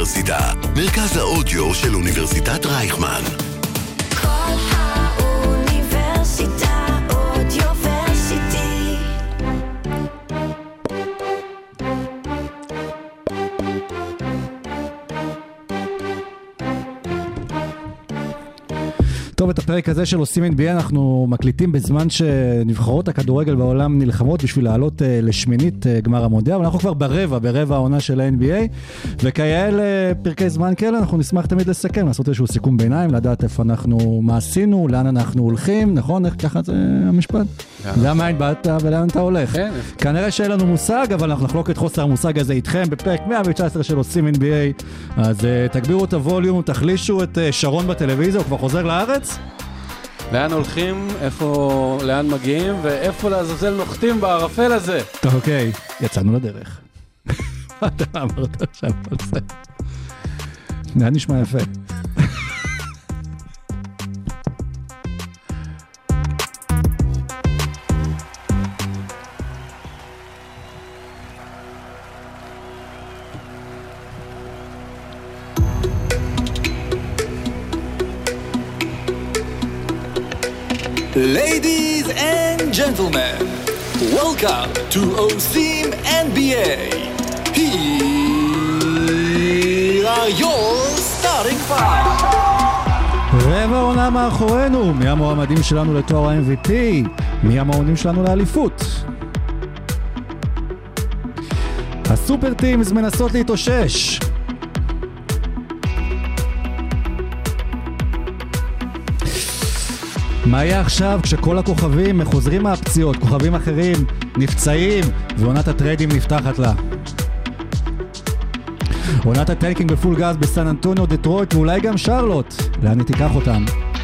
האוניברסיטה, מרכז האודיו של אוניברסיטת רייכמן. כל האוניברסיטה אודיוורסיטי. טוב, את הפרק הזה של עושים NBA אנחנו מקליטים בזמן שנבחרות הכדורגל בעולם נלחמות בשביל לעלות לשמינית גמר המונדיאל, אבל אנחנו כבר ברבע העונה של ה-NBA, וכאלה פרקי זמן כאלה אנחנו נשמח תמיד לסכם, לעשות איזשהו סיכום ביניים, לדעת איפה אנחנו, מה עשינו, לאן אנחנו הולכים, נכון? איך ככה זה המשפט? למה אין באת ולאן אתה הולך? כנראה שאין לנו מושג, אבל אנחנו נחלוק את חוסר המושג הזה איתכם בפרק 119 של עושים NBA, אז תגבירו את הווליום, תחלישו את שרון בטלוויזיה, הוא כבר חוזר לארץ. לאן הולכים, איפה, לאן מגיעים, ואיפה לעזאזל נוחתים בערפל הזה. אוקיי, יצאנו לדרך. מה אתה אמרת עכשיו על זה? זה נשמע יפה. Ladies and gentlemen, welcome to OSIM NBA. Here are your starting five. רבע עונה מאחורינו, מי המועמדים שלנו לתואר ה-MVP? מי המועמדים שלנו לאליפות? הסופר טימס מנסות להתאושש. מה יהיה עכשיו כשכל הכוכבים חוזרים מהפציעות, כוכבים אחרים נפצעים ועונת הטריידים נפתחת לה? עונת הטנקינג בפול גז בסן אנטוניו, דטרויט ואולי גם שרלוט, לאן היא תיקח אותם?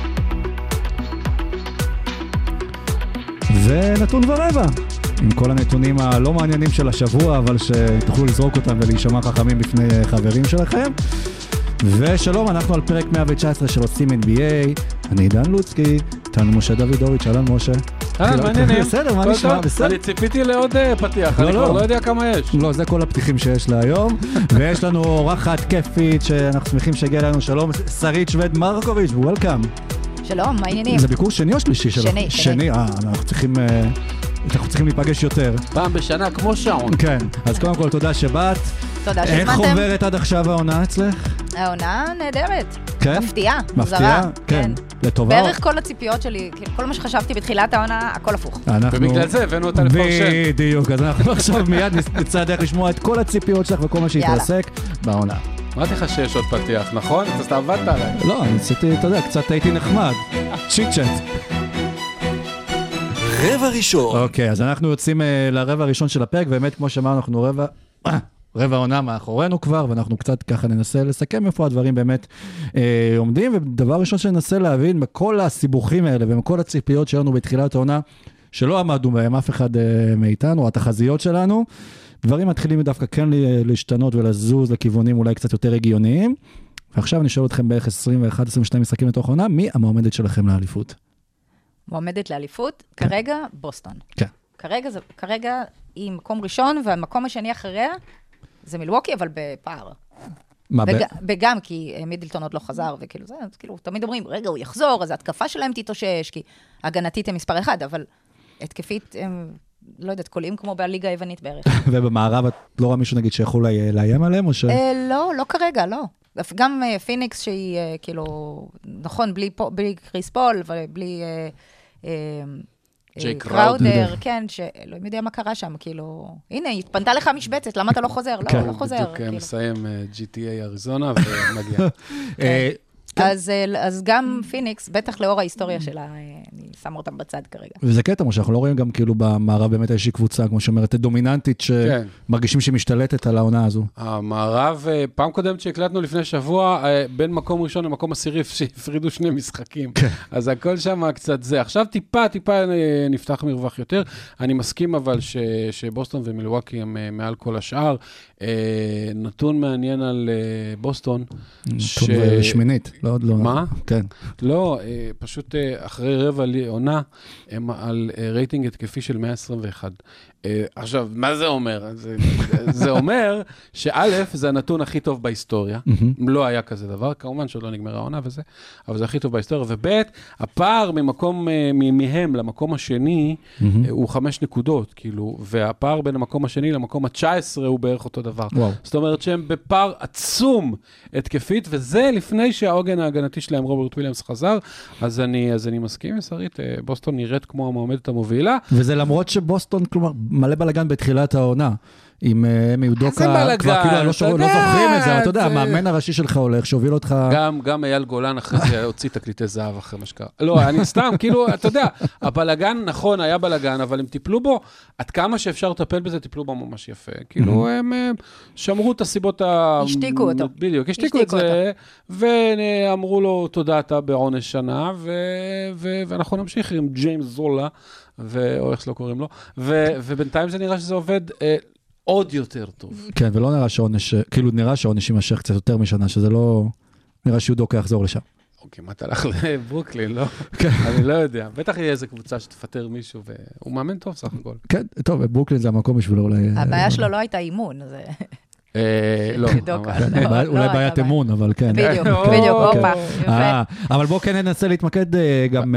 ונתון ורבע, עם כל הנתונים הלא מעניינים של השבוע, אבל שתוכלו לזרוק אותם ולהישמע חכמים בפני חברים שלכם. ושלום, אנחנו על פרק 119 של עושים NBA, אני דן לוצקי, איתנו משה דוידוביץ', אהלן משה. מעניינים. בסדר, מה נשמע? בסדר. אני ציפיתי לעוד פתיח, אני כבר לא יודע כמה יש. לא, זה כל הפתיחים שיש להיום, ויש לנו אורחת כיפית שאנחנו שמחים שהגיע לנו, שלום, שרית שווד מרקוביץ', וולקאם. שלום, מה העניינים? זה ביקור שני או שלישי שלך? שני, אנחנו צריכים להיפגש יותר. פעם בשנה, כמו שעון. כן, אז קודם כל תודה שבאת. תודה שהזמנתם. איך עוברת עד עכשיו העונה אצלך? העונה נהדרת. כן? מפתיעה, מפתיעה? כן. לטובה? בערך כל הציפיות שלי, כל מה שחשבתי בתחילת העונה, הכל הפוך. ובגלל זה הבאנו אותה לפרשן. בדיוק, אז אנחנו עכשיו מיד נצא דרך לשמוע את כל הציפיות שלך וכל מה שהתעסק בעונה. אמרתי לך שיש עוד פתיח, נכון? אתה סתם עבדת עליי. לא, אני עשיתי, אתה יודע, קצת הייתי נחמד. צ'יט-צ'ט. רבע ראשון. אוקיי, אז אנחנו יוצאים לרבע הראשון של הפרק, באמת כמו שאמרנו, אנחנו רבע עונה מאחורינו כבר, ואנחנו קצת ככה ננסה לסכם איפה הדברים באמת עומדים, ודבר ראשון שננסה להבין, מכל הסיבוכים האלה, ומכל הציפיות שלנו בתחילת העונה, שלא עמדנו בהם אף אחד מאיתנו, התחזיות שלנו, דברים מתחילים דווקא כן להשתנות ולזוז לכיוונים אולי קצת יותר הגיוניים, ועכשיו אני שואל אתכם בערך 21-22 משחקים לתוך העונה, מי המועמדת שלכם לאליפות? מועמדת לאליפות, כרגע בוסטון. כן. כרגע היא מקום ראשון, והמקום השני אחריה, זה מילווקי, אבל בפער. וגם כי מידלטון עוד לא חזר, וכאילו זה, אז כאילו, תמיד אומרים, רגע, הוא יחזור, אז ההתקפה שלהם תתאושש, כי הגנתית הם מספר אחד, אבל התקפית הם, לא יודעת, קולים כמו בליגה היוונית בערך. ובמערב, את לא רואה מישהו נגיד שיכול לאיים עליהם, או ש... לא כרגע, לא. גם פיניקס שהיא, כאילו, נכון, בלי קריס פול, ובלי... ג'יי קראודר, כן, שאלוהים יודע מה קרה שם, כאילו, הנה, התפנתה לך משבצת, למה אתה לא חוזר? לא חוזר. בדיוק מסיים GTA אריזונה ומגיע. אז גם פיניקס, בטח לאור ההיסטוריה שלה, אני שמה אותם בצד כרגע. וזה קטע, שאנחנו לא רואים גם כאילו במערב באמת איזושהי קבוצה, כמו שאומרת, דומיננטית, שמרגישים שמשתלטת על העונה הזו. המערב, פעם קודמת שהקלטנו לפני שבוע, בין מקום ראשון למקום עשירי, שהפרידו שני משחקים. אז הכל שם קצת זה. עכשיו טיפה נפתח מרווח יותר. אני מסכים אבל שבוסטון ומילווקי הם מעל כל השאר. נתון מעניין על בוסטון. שמינית. לא, עוד לא. מה? כן. לא, פשוט אחרי רבע עונה, הם על רייטינג התקפי של 121. עכשיו, מה זה אומר? זה אומר שא', זה הנתון הכי טוב בהיסטוריה. לא היה כזה דבר, כמובן שעוד לא נגמרה העונה וזה, אבל זה הכי טוב בהיסטוריה. וב', הפער מהם למקום השני, הוא 5 נקודות, כאילו, והפער בין המקום השני למקום ה-19 הוא בערך אותו דבר. זאת אומרת שהם בפער עצום התקפית, וזה לפני שהעוגן ההגנתי שלהם, רוברט וויליאמס, חזר, אז אני מסכים, שרית, בוסטון נראית כמו המועמדת המובילה. וזה למרות שבוסטון, כלומר, מלא בלגן בתחילת העונה. עם מיודוקה, כבר כאילו לא זוכרים את זה, אבל אתה יודע, המאמן הראשי שלך הולך, שהוביל אותך... גם אייל גולן אחרי זה הוציא תקליטי זהב אחרי מה שקרה. לא, אני סתם, כאילו, אתה יודע, הבלגן, נכון, היה בלגן, אבל הם טיפלו בו, עד כמה שאפשר לטפל בזה, טיפלו בו ממש יפה. כאילו, הם שמרו את הסיבות השתיקו אותו. בדיוק, השתיקו את זה, ואמרו לו, תודה, אתה בעונש שנה, ואנחנו נמשיך עם ג'יימס זולה, או איך שלא קוראים לו, ובינתיים זה נראה שזה עובד עוד יותר טוב. כן, ולא נראה שעונש, כאילו נראה שעונש יימשך קצת יותר משנה, שזה לא נראה שיודוקה יחזור לשם. אוקיי, מה אתה הלך לברוקלין, לא? אני לא יודע. בטח יהיה איזה קבוצה שתפטר מישהו, והוא מאמן טוב סך הכל. כן, טוב, ברוקלין זה המקום בשבילו אולי... הבעיה שלו לא הייתה אימון, זה... לא. אולי בעיית אמון, אבל כן. בדיוק, אופה. אבל בואו כן ננסה להתמקד גם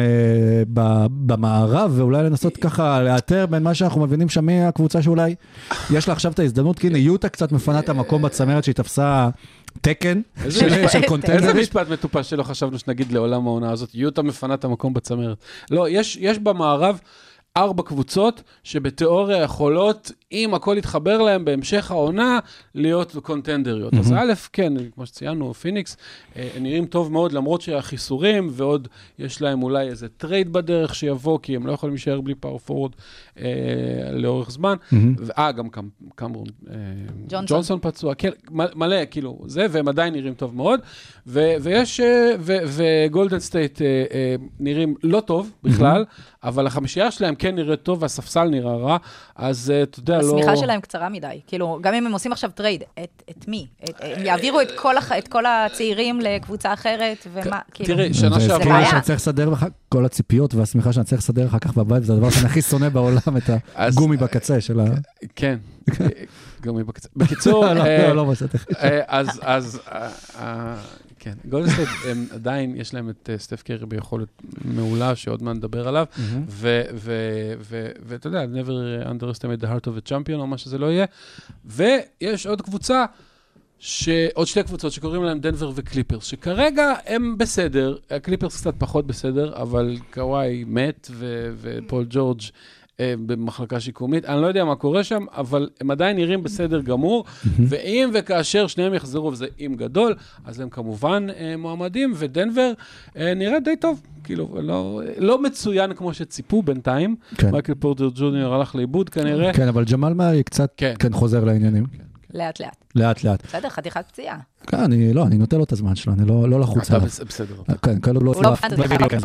במערב, ואולי לנסות ככה לאתר בין מה שאנחנו מבינים שם מהקבוצה שאולי יש לה עכשיו את ההזדמנות, כי הנה יוטה קצת מפנה את המקום בצמרת שהיא תפסה תקן של קונטנדרית. איזה משפט מטופש שלא חשבנו שנגיד לעולם העונה הזאת, יוטה מפנה את המקום בצמרת. לא, יש במערב 4 קבוצות שבתיאוריה יכולות, אם הכל יתחבר להם בהמשך העונה, להיות קונטנדריות. אז א', כן, כמו שציינו, פיניקס, נראים טוב מאוד, למרות שהחיסורים, ועוד יש להם אולי איזה טרייד בדרך שיבוא, כי הם לא יכולים להישאר בלי פאור פורד לאורך זמן. גם קמרון ג'ונסון פצוע, כן, מלא, כאילו, זה, והם עדיין נראים טוב מאוד. ויש, וגולדן סטייט נראים לא טוב בכלל, אבל החמישייה שלהם כן נראית טוב, והספסל נראה רע, אז אתה יודע, לא... הסמיכה שלהם קצרה מדי. כאילו, גם אם הם עושים עכשיו טרייד, את מי? הם יעבירו את כל הצעירים לקבוצה אחרת, ומה, כאילו... תראי, שנה שעברה... זה בעיה. שאני צריך לסדר לך, כל הציפיות והסמיכה שאני צריך לסדר לך כך בבית, זה הדבר שאני הכי שונא בעולם, את הגומי בקצה של ה... כן, גומי בקצה. בקיצור... לא בסדר. אז... כן, גולדן סטייט, הם עדיין, יש להם את סטף קרי ביכולת מעולה, שעוד מה נדבר עליו, ואתה יודע, never underestimate the heart of a champion, או מה שזה לא יהיה, ויש עוד קבוצה, עוד 2 קבוצות שקוראים להם דנבר וקליפרס, שכרגע הם בסדר, הקליפרס קצת פחות בסדר, אבל קוואי מת, ופול ג'ורג' במחלקה שיקומית, אני לא יודע מה קורה שם, אבל הם עדיין נראים בסדר גמור, ואם וכאשר שניהם יחזרו, וזה אם גדול, אז הם כמובן מועמדים, ודנבר נראה די טוב, כאילו, לא מצוין כמו שציפו בינתיים, מייקל פורטר ג'וניור הלך לאיבוד כנראה. כן, אבל ג'מאל מארי קצת כן חוזר לעניינים. לאט לאט. לאט לאט. בסדר, חתיכת פציעה. כן, אני נוטה לו את הזמן שלו, אני לא לחוץ עליו. בסדר. כן, כאלה לא... הוא לא פנטזי.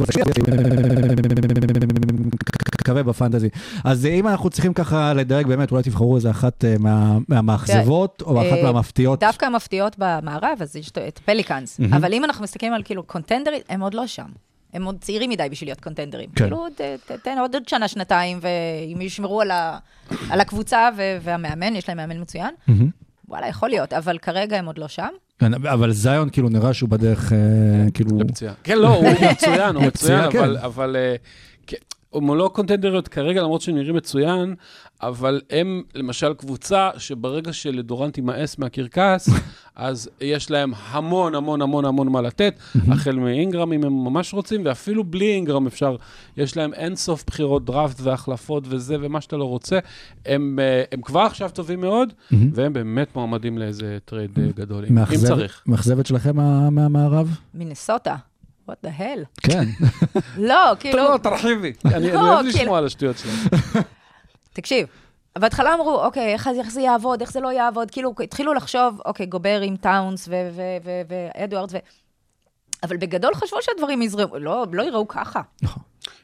קווה בפנטזי. אז אם אנחנו צריכים ככה לדרג, באמת, אולי תבחרו איזה אחת מהמאכזבות, או אחת מהמפתיעות. דווקא המפתיעות במערב, אז יש את פליקאנס. אבל אם אנחנו מסתכלים על כאילו קונטנדרית, הם עוד לא שם. הם עוד צעירים מדי בשביל להיות קונטנדרים. כאילו, תן עוד שנה, שנתיים, ואם ישמרו על הקבוצה והמאמן, יש להם מאמן מצוין, וואלה, יכול להיות, אבל כרגע הם עוד לא שם. אבל זיון כאילו נראה שהוא בדרך, כאילו... לפציעה. כן, לא, הוא מצוין, אבל... הם לא קונטנדריות כרגע, למרות שהם נראים מצוין, אבל הם, למשל, קבוצה שברגע שלדורנט יימאס מהקרקס, אז יש להם המון, המון, המון, המון מה לתת, החל מאינגרם, אם הם ממש רוצים, ואפילו בלי אינגרם אפשר, יש להם אינסוף בחירות דראפט והחלפות וזה, ומה שאתה לא רוצה. הם כבר עכשיו טובים מאוד, והם באמת מועמדים לאיזה טרייד גדול, אם צריך. מאכזבת שלכם מהמערב? מינסוטה. What the hell? כן. לא, כאילו... לא, תרחיבי. אני אוהב לשמוע על השטויות שלהם. תקשיב, בהתחלה אמרו, אוקיי, איך זה יעבוד, איך זה לא יעבוד, כאילו, התחילו לחשוב, אוקיי, גובר עם טאונס ואדוארדס, אבל בגדול חשבו שהדברים לא יראו ככה. נכון.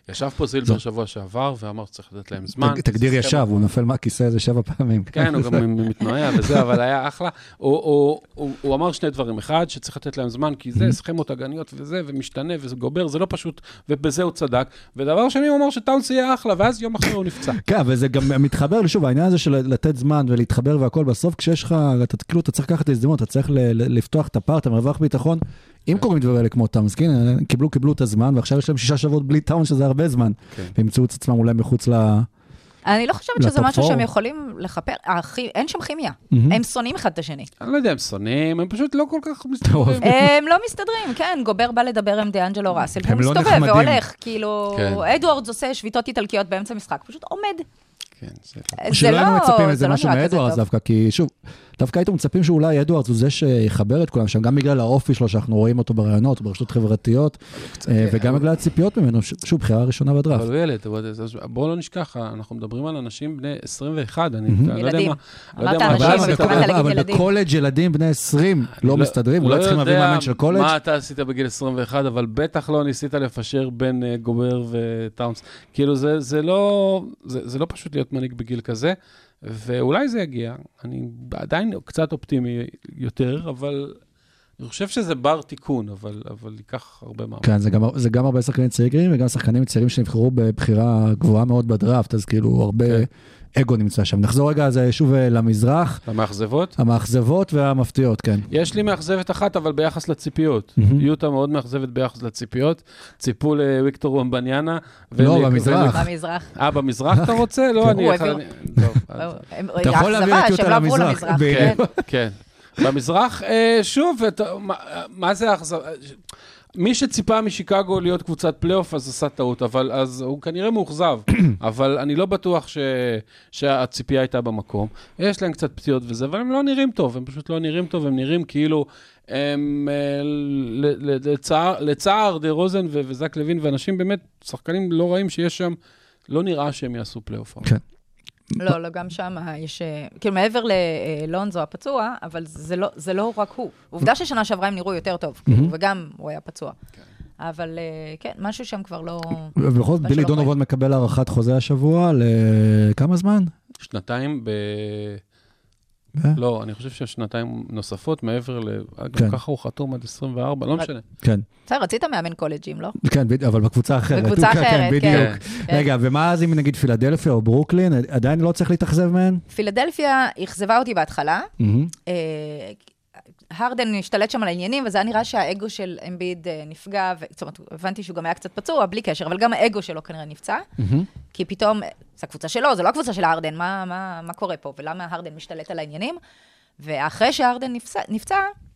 ישב פה זילבר שבוע שעבר, ואמר שצריך לתת להם זמן. תגדיר ישב, הוא נופל מהכיסא איזה 7 פעמים. כן, הוא גם מתנועע וזה, אבל היה אחלה. הוא אמר שני דברים. אחד, שצריך לתת להם זמן, כי זה סכמות הגניות וזה, ומשתנה וזה גובר, זה לא פשוט, ובזה הוא צדק. ודבר שני, הוא אמר שטאונס יהיה אחלה, ואז יום אחרי הוא נפצע. כן, וזה גם מתחבר לשוב, העניין הזה של לתת זמן ולהתחבר והכל בסוף, כשיש לך, כאילו, אתה צריך לקחת את ההזדמנות, אתה צריך לפתוח את הפארט, המרווח ביטחון. אם קוראים דברים האלה כמו טאונס, כן, קיבלו את הזמן, ועכשיו יש להם 6 שבועות בלי טאונס, שזה הרבה זמן. וימצאו את עצמם אולי מחוץ אני לא חושבת שזה משהו שהם יכולים לחפר, אין שם כימיה, הם שונאים אחד את השני. אני לא יודע, הם שונאים, הם פשוט לא כל כך מסתדרים. הם לא מסתדרים, כן, גובר בא לדבר עם דיאנג'לו ראסל, והוא מסתובב והולך, כאילו, אדוארדס עושה שביתות איטלקיות באמצע משחק, פשוט עומד. שלנו מצפים איזה משהו מאדוארדס דווקא, כי שוב, דווקא הייתם מצפים שאולי אדוארדס הוא זה שיחבר את כולם שם, גם בגלל האופי שלו שאנחנו רואים אותו ברעיונות, ברשתות חברתיות, וגם בגלל הציפיות ממנו, שוב, בחירה ראשונה בדראפט. אבל ילד, בואו לא נשכח, אנחנו מדברים על אנשים בני 21, אני לא יודע מה... אבל בקולג' ילדים בני 20 לא מסתדרים, אולי צריכים להביא מאמן של קולג'. מה אתה עשית בגיל 21, אבל בטח לא ניסית לפשר בין גובר וטאונס. כאילו זה לא פשוט להיות מנהיג בגיל כזה, ואולי זה יגיע, אני עדיין קצת אופטימי יותר, אבל אני חושב שזה בר תיקון, אבל ייקח הרבה מאמץ. כן, זה גם הרבה שחקנים צעירים, וגם שחקנים צעירים שנבחרו בבחירה גבוהה מאוד בדראפט, אז כאילו הרבה אגו נמצא שם. נחזור רגע, זה שוב למזרח. המאכזבות? המאכזבות והמפתיעות, כן. יש לי מאכזבת אחת, אבל ביחס לציפיות. יוטה מאוד מאכזבת ביחס לציפיות. ציפו לוויקטור ומבניאנה. לא, במזרח. במזרח אתה רוצה? לא, אני... אתה יכול להביא את יוטה למזרח. כן. במזרח, שוב, מה זה האכזבה? מי שציפה משיקגו להיות קבוצת פלייאוף, אז עשה טעות, אז הוא כנראה מאוכזב, אבל אני לא בטוח שהציפייה הייתה במקום. יש להם קצת פציעות וזה, אבל הם לא נראים טוב, הם פשוט לא נראים טוב, הם נראים כאילו, לצער דה רוזן וזק לוין, ואנשים באמת, שחקנים לא רעים שיש שם, לא נראה שהם יעשו פלייאוף. כן. לא, גם שם יש, כאילו מעבר ללונזו הפצוע, אבל זה לא רק הוא. עובדה ששנה שעברה הם נראו יותר טוב, וגם הוא היה פצוע. אבל כן, משהו שם כבר לא... ובכל זאת, בילי דונובון מקבל הערכת חוזה השבוע לכמה זמן? 2 לא, אני חושב ששנתיים נוספות מעבר גם ככה הוא חתום עד 24, לא משנה. כן. רצית מאמן קולג'ים, לא? כן, אבל בקבוצה אחרת. בקבוצה אחרת, כן. רגע, ומה אז אם נגיד פילדלפיה או ברוקלין, עדיין לא צריך להתאכזב מהן? פילדלפיה אכזבה אותי בהתחלה. הרדן השתלט שם על העניינים, וזה נראה שהאגו של אמביד נפגע, זאת אומרת, הבנתי שהוא גם היה קצת פצוע, בלי קשר, אבל גם האגו שלו כנראה נפצע, כי פתאום, זו הקבוצה שלו, זו לא הקבוצה של הרדן, מה קורה פה, ולמה הרדן משתלט על העניינים, ואחרי שהרדן נפצע,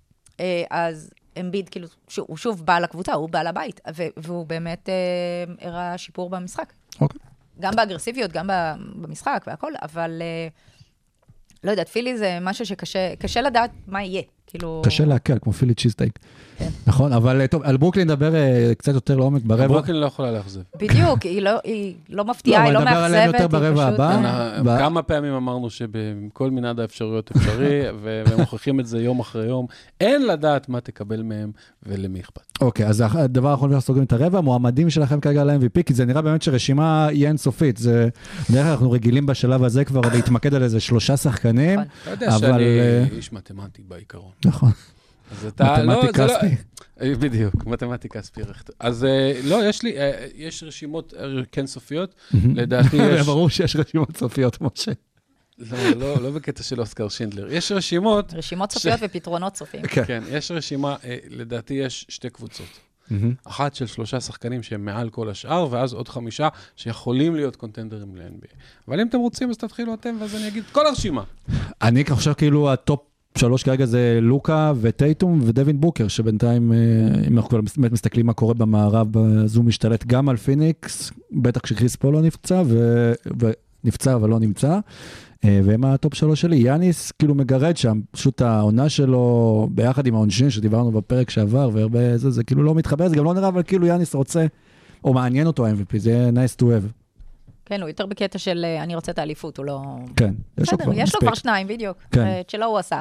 אז אמביד, כאילו, הוא שוב בא לקבוצה, הוא בא לבית, והוא באמת הראה שיפור במשחק. גם באגרסיביות, גם במשחק והכל, אבל לא יודעת, פילי זה משהו שקשה לדעת מה יהיה. קשה להקל, כמו פילי צ'יזטייק. נכון, אבל טוב, על ברוקלין נדבר קצת יותר לעומק ברבע. ברוקלין לא יכולה להחזב. בדיוק, היא לא מפתיעה, היא לא מאכזבת. נדבר עליהם יותר ברבע הבא. כמה פעמים אמרנו שבכל מנעד האפשרויות אפשרי, והם מוכיחים את זה יום אחרי יום. אין לדעת מה תקבל מהם ולמי אכפת. אוקיי, אז הדבר האחרון אנחנו סוגרים את הרבע, המועמדים שלכם כרגע ל-MVP, כי זה נראה באמת שרשימה היא אינסופית. זה דרך אנחנו רגילים בשלב הזה כבר להתמקד על איזה 3 שחקנים. אתה יודע שאני איש מתמטי בעיקרון. נכון. מתמטיקה ספי. בדיוק, מתמטיקה ספי. אז לא, יש רשימות כן סופיות, לדעתי יש... ברור שיש רשימות סופיות, משה. לא בקטע של אוסקר שינדלר. יש רשימות... רשימות סופיות ופתרונות סופיים. כן, יש רשימה, לדעתי יש 2 קבוצות. אחת של 3 שחקנים שהם מעל כל השאר, ואז עוד 5 שיכולים להיות קונטנדרים ל-NBA. אבל אם אתם רוצים, אז תתחילו אתם, ואז אני אגיד כל הרשימה. אני חושב כאילו הטופ 3 כרגע זה לוקה וטייטום ודווין בוקר, שבינתיים, אם אנחנו כבר מסתכלים מה קורה במערב, אז הוא משתלט גם על פיניקס, בטח כשקריס פול לא נפצע, ונפצע אבל לא נמצא, והם הטופ 3 שלי. יאניס כאילו מגרד שם, פשוט העונה שלו ביחד עם העונשין שדיברנו בפרק שעבר, והרבה זה כאילו לא מתחבר, זה גם לא נראה, אבל כאילו יאניס רוצה, או מעניין אותו ה-MVP, זה nice to have. כן, הוא יותר בקטע של אני רוצה את האליפות, הוא לא... כן, יש לו כבר 2, בדיוק. את שלו הוא עשה.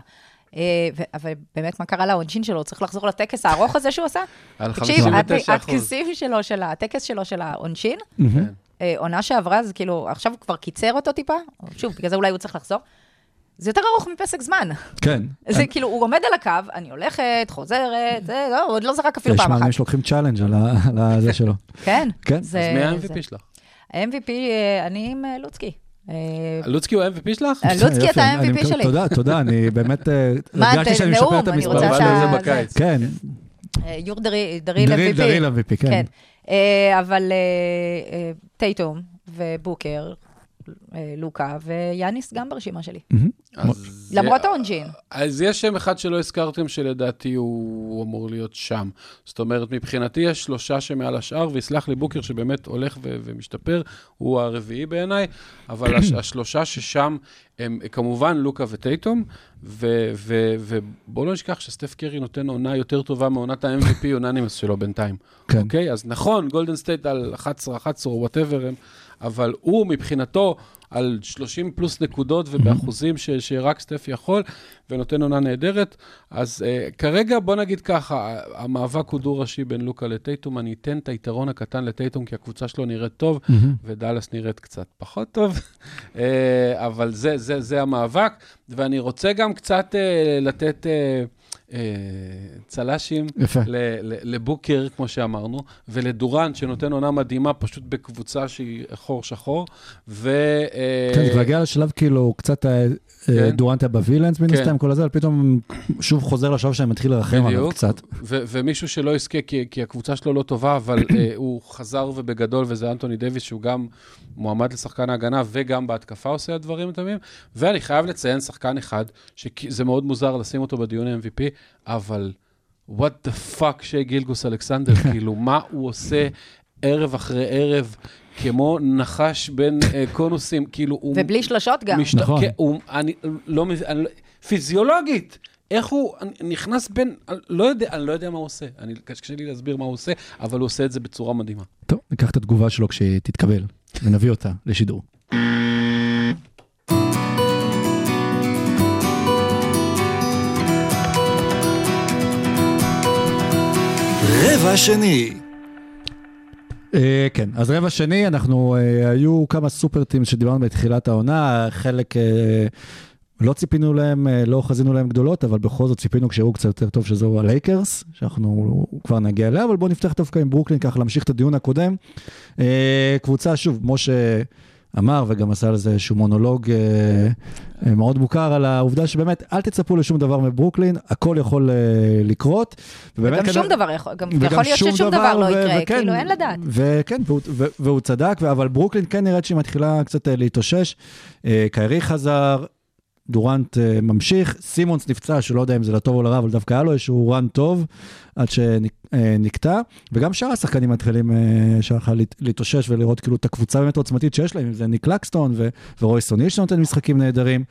אבל באמת, מה קרה לעונשין שלו? צריך לחזור לטקס הארוך הזה שהוא עשה? על 59%. תקשיב, הטקסים שלו, הטקס שלו של העונשין, עונה שעברה, זה כאילו, עכשיו הוא כבר קיצר אותו טיפה, שוב, בגלל זה אולי הוא צריך לחזור. זה יותר ארוך מפסק זמן. כן. זה כאילו, הוא עומד על הקו, אני הולכת, חוזרת, הוא עוד לא זרק אפילו פעם אחת. יש מאמנים שלוקחים צ'אלנג' על זה שלו. כן. אז מי ה-MVP שלך? ה-MVP, אני עם לוצקי. לוצקי הוא ה-MVP שלך? לוצקי אתה ה-MVP שלי. תודה, אני באמת מה, הרגשתי שאני משפר את המספר. אני רוצה זה בקיץ. כן. יור דריל MVP. דריל MVP, כן. אבל טייטום ובוקר, לוקה ויאניס גם ברשימה שלי. למרות העונשין. אז יש שם אחד שלא הזכרתם שלדעתי הוא אמור להיות שם. זאת אומרת, מבחינתי יש 3 שמעל השאר, ויסלח לי בוקר שבאמת הולך ומשתפר, הוא הרביעי בעיניי, אבל 3 ששם הם כמובן לוקה וטייטום, ובואו לא נשכח שסטף קרי נותן עונה יותר טובה מעונת ה-MVP, עוננימוס שלו בינתיים. אוקיי? אז נכון, גולדן סטייט על 11 או whatever הם, אבל הוא מבחינתו על 30 פלוס נקודות ובאחוזים שרק סטף יכול, ונותן עונה נהדרת. אז כרגע בוא נגיד ככה, המאבק הוא דו ראשי בין לוקה לטייטום, אני אתן את היתרון הקטן לטייטום, כי הקבוצה שלו נראית טוב, ודלס נראית קצת פחות טוב, אבל זה המאבק, ואני רוצה גם קצת לתת צלשים לבוקר, כמו שאמרנו, ולדורן, שנותן עונה מדהימה, פשוט בקבוצה שהיא חור שחור, כן, זה להגיע לשלב כאילו קצת דורנט בווילנס, מן הסתם, כל הזה, אבל פתאום שוב חוזר לשלב שאני מתחיל לרחם עליו קצת. ומישהו שלא יזכה, כי הקבוצה שלו לא טובה, אבל הוא חזר ובגדול, וזה אנטוני דייביס, שהוא גם מועמד לשחקן ההגנה, וגם בהתקפה עושה הדברים מטעמים, ואני חייב לציין שחקן אחד, שזה מאוד מוזר לשים אותו בדיון MVP, אבל what the fuck שי גילגוס אלכסנדר, כאילו מה הוא עושה ערב אחרי ערב, כמו נחש בין קונוסים, כאילו הוא... ובלי שלשות גם. נכון. אני פיזיולוגית, איך הוא נכנס בין, אני לא יודע מה הוא עושה, קשה לי להסביר מה הוא עושה, אבל הוא עושה את זה בצורה מדהימה. טוב, ניקח את התגובה שלו כשתתקבל, ונביא אותה לשידור. רבע שני. כן, אז רבע שני, אנחנו, היו כמה סופרטים שדיברנו בתחילת העונה, חלק לא ציפינו להם, לא חזינו להם גדולות, אבל בכל זאת ציפינו כשהראו קצת יותר טוב שזהו הלייקרס, שאנחנו כבר נגיע אליה, אבל בואו נפתח דווקא עם ברוקלין, ככה להמשיך את הדיון הקודם. קבוצה, שוב, כמו שאמר, וגם עשה לזה איזשהו מונולוג מאוד מוכר על העובדה שבאמת, אל תצפו לשום דבר מברוקלין, הכל יכול לקרות. וגם שום דבר יכול, גם יכול להיות ששום דבר לא יקרה, כאילו אין לדעת. וכן, והוא צדק, אבל ברוקלין כן נראית שהיא מתחילה קצת להתאושש. קיירי חזר, דורנט ממשיך, סימונס נפצע, שלא יודע אם זה לטוב או לרע, אבל דווקא היה לו איזשהו רן טוב, עד שנקטע, וגם שאר השחקנים מתחילים שאחר להתאושש ולראות כאילו את הקבוצה באמת העוצמתית שיש להם, אם זה ניק לקסטון ורויסון איש שנותן משחקים נהדרים,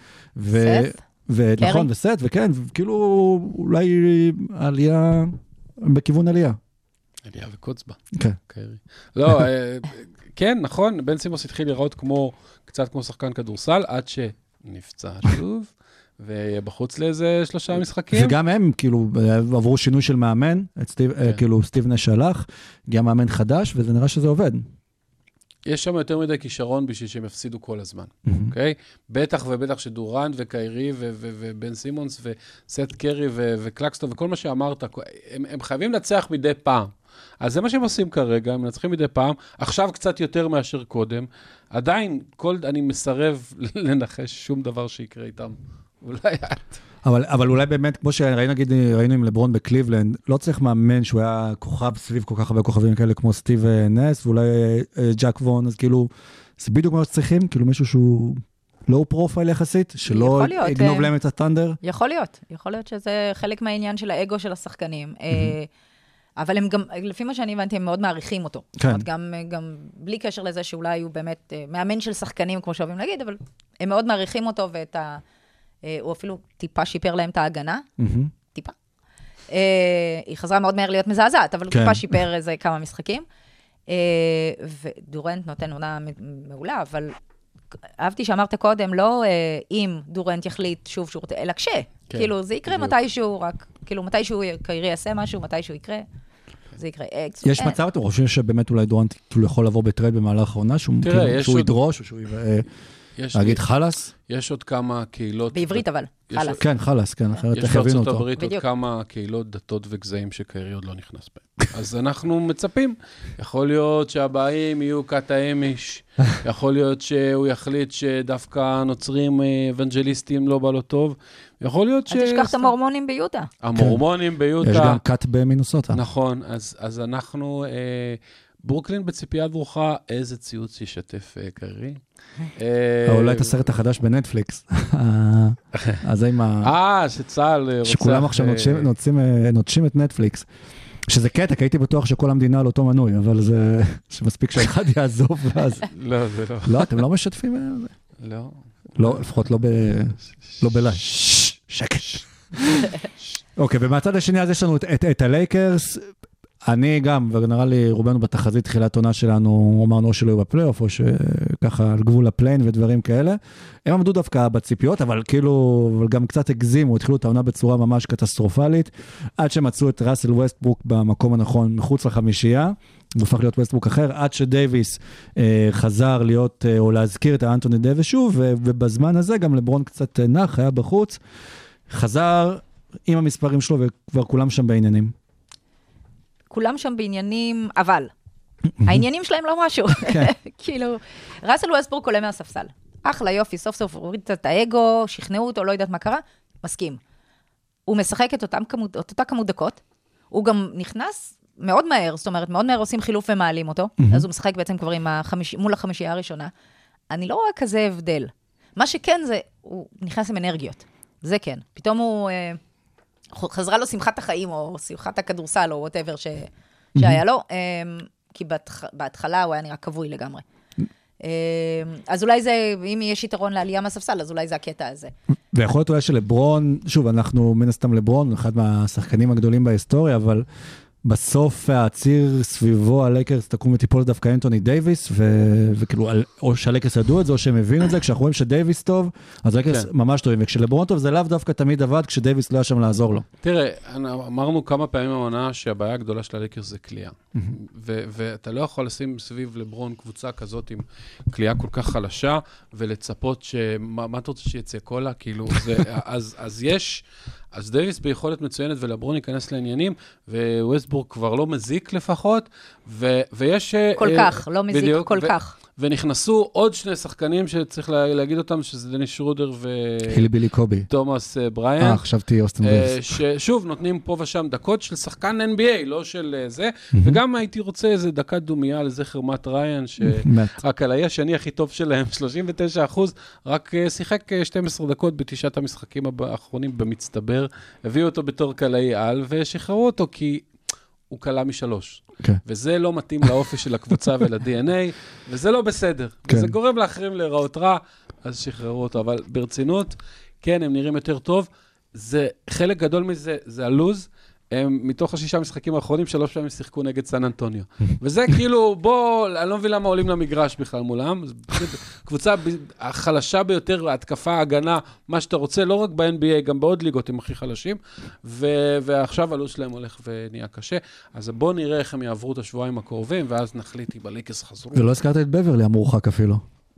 נכון, וסט, וכן, כאילו אולי עלייה, בכיוון עלייה. עלייה וקוצבה. כן. לא, כן, נכון, בן סימוס התחיל לראות קצת כמו שחקן כדורסל, עד נפצע שוב, ויהיה בחוץ לאיזה 3 משחקים. וגם הם, כאילו, עברו שינוי של מאמן, כאילו, סטיב נש הלך, גם מאמן חדש, וזה נראה שזה עובד. יש שם יותר מדי כישרון בשביל שהם יפסידו כל הזמן, אוקיי? בטח ובטח שדורנט וקיירי ובן סימונס וסט קרי וקלקסטון וכל מה שאמרת, הם חייבים לנצח מדי פעם. אז זה מה שהם עושים כרגע, הם מנצחים מדי פעם, עכשיו קצת יותר מאשר קודם, עדיין אני מסרב לנחש שום דבר שיקרה איתם, אולי את. אבל אולי באמת, כמו שראינו עם לברון בקליבלנד, לא צריך מאמן שהוא היה כוכב סביב כל כך הרבה כוכבים כאלה כמו סטיב נס, ואולי ג'ק וון, אז כאילו, זה בדיוק מה שצריכים, כאילו מישהו שהוא לא פרופייל יחסית, שלא יגנוב להם את הטנדר. יכול להיות שזה חלק מהעניין של האגו של השחקנים. אבל הם גם, לפי מה שאני הבנתי, הם מאוד מעריכים אותו. כן. זאת אומרת, גם בלי קשר לזה שאולי הוא באמת מאמן של שחקנים, כמו שאוהבים להגיד, אבל הם מאוד מעריכים אותו, הוא אפילו טיפה שיפר להם את ההגנה. טיפה. היא חזרה מאוד מהר להיות מזעזעת, אבל הוא טיפה שיפר איזה כמה משחקים. ודורנט נותן עונה מעולה, אבל אהבתי שאמרת קודם, לא אם דורנט יחליט שוב שהוא רוצה, אלא כש. כאילו, זה יקרה מתישהו, רק, כאילו, מתישהו קיירי יעשה משהו, מתישהו יקרה, זה יקרה. יש מצב, אתם חושבים שבאמת אולי דורנט יכול לבוא בטרייד במהלך העונה, שהוא ידרוש, או שהוא יגיד חלס? יש עוד כמה קהילות... בעברית אבל, חלס. כן, חלס, כן, אחרת יש בארצות הברית עוד כמה קהילות, דתות וגזעים שקיירי עוד לא נכנס בהם. אז אנחנו מצפים. יכול להיות שהבאים יהיו קאטה אמיש, יכול להיות שהוא יחליט שדווקא נוצרים אבנג'ליסטים לא בא לו טוב, יכול להיות ש... אל תשכח את המורמונים ביוטה. המורמונים ביוטה. יש גם קאט במינוסוטה. נכון, אז אנחנו... ברוקלין בציפיית ברוכה, איזה ציוץ ישתף קיירי? אולי את הסרט החדש בנטפליקס. אז עם ה... שצהל רוצה... שכולם עכשיו נוטשים את נטפליקס. שזה קטע, כי הייתי בטוח שכל המדינה על אותו מנוי, אבל זה... שמספיק שאחד יעזוב, ואז... לא, זה לא. לא, אתם לא משתפים? לא. לא, לפחות לא בלייב. שקט. אוקיי, ומהצד השני אז יש לנו את הלייקרס, אני גם, ונראה לי רובנו בתחזית תחילת עונה שלנו, אמרנו שלא יהיו בפלייאוף, או שככה על גבול הפליין ודברים כאלה. הם עמדו דווקא בציפיות, אבל כאילו, אבל גם קצת הגזימו, התחילו את העונה בצורה ממש קטסטרופלית, עד שמצאו את ראסל ווסטברוק במקום הנכון, מחוץ לחמישייה, הוא הפך להיות ווסטברוק אחר, עד שדייביס חזר להיות, או להזכיר את האנטוני דייביס שוב, ובזמן הזה גם לברון קצת נח, היה בחוץ, חזר עם המספרים שלו, וכבר כולם שם בעניינים. כולם שם בעניינים, אבל העניינים שלהם לא משהו. כאילו, ראסל ווסטברוק עולה מהספסל. אחלה, יופי, סוף סוף הוריד את האגו, שכנעו אותו, לא יודעת מה קרה, מסכים. הוא משחק את אותה כמות דקות, הוא גם נכנס מאוד מהר, זאת אומרת, מאוד מהר עושים חילוף ומעלים אותו, אז הוא משחק בעצם כבר מול החמישייה הראשונה. אני לא רואה כזה הבדל. מה שכן זה, הוא נכנס עם אנרגיות. זה כן. פתאום הוא... חזרה לו שמחת החיים, או שמחת הכדורסל, או whatever שהיה לו, כי בהתחלה הוא היה נראה כבוי לגמרי. אז אולי זה, אם יש יתרון לעלייה מהספסל, אז אולי זה הקטע הזה. ויכול להיות אולי שלברון, שוב, אנחנו מן הסתם לברון, אחד מהשחקנים הגדולים בהיסטוריה, אבל בסוף הציר סביבו הלייקרס תקום וטיפול דווקא אנטוני דייביס, וכאילו, או שהלייקרס ידעו את זה, או שהם הבינו את זה, כשאנחנו רואים שדייביס טוב, אז הלייקרס ממש טובים, וכשלברון טוב זה לאו דווקא תמיד עבד, כשדייביס לא היה שם לעזור לו. תראה, אמרנו כמה פעמים העונה שהבעיה הגדולה של הלייקרס זה קליעה, ואתה לא יכול לשים סביב לברון קבוצה כזאת עם קליעה כל כך חלשה, ולצפות מה אתה רוצה שיצא קולה, כאילו, אז יש... אז דייביס ביכולת מצוינת ולברון ייכנס לעניינים, וווסטברוק כבר לא מזיק לפחות, ויש... כל כך, לא מזיק כל כך. ונכנסו עוד שני שחקנים שצריך להגיד אותם, שזה דניס שרודר הילי קובי. תומאס בריין. חשבתי אוסטין ריבס. ששוב, נותנים פה ושם דקות של שחקן NBA, לא של זה, וגם הייתי רוצה איזה דקת דומיה לזכר מאט ריין, שהקלעי השני הכי טוב שלהם, 39%, רק שיחק 12 דקות בתשעת המשחקים האחרונים במצטבר, הביאו אותו בתור קלעי על, ושחררו אותו כי... הוא קלה משלוש. וזה לא מתאים לאופי של הקבוצה ול-DNA, וזה לא בסדר. וזה גורם לאחרים להיראות רע, אז שחררו אותו. אבל ברצינות, כן, הם נראים יותר טוב. זה, חלק גדול מזה, זה הלוז. הם מתוך 6 משחקים האחרונים, 3 פעמים שיחקו נגד סן אנטוניו. וזה כאילו, בוא, אני לא מבין למה עולים למגרש בכלל מולם. קבוצה החלשה ביותר, ההתקפה, ההגנה, מה שאתה רוצה, לא רק ב-NBA, גם בעוד ליגות הם הכי חלשים. ועכשיו הלו"ז שלהם הולך ונהיה קשה. אז בוא נראה איך הם יעברו את השבועיים הקרובים, ואז נחליט אם הלייקרס חזרו. ולא הזכרת את בברלי, המורחק אפילו.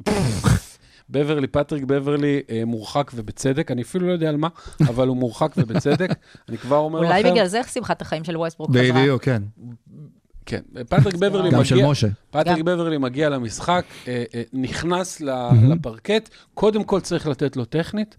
בברלי, פטריק בברלי, מורחק ובצדק, אני אפילו לא יודע על מה, אבל הוא מורחק ובצדק, אני כבר אומר לכם... אולי בגלל זה שמחת החיים של ווסטברוק חזרה. בדיוק, כן. כן, פטריק בברלי גם של משה. פטריק בברלי מגיע למשחק, נכנס לפרקט, קודם כל צריך לתת לו טכנית,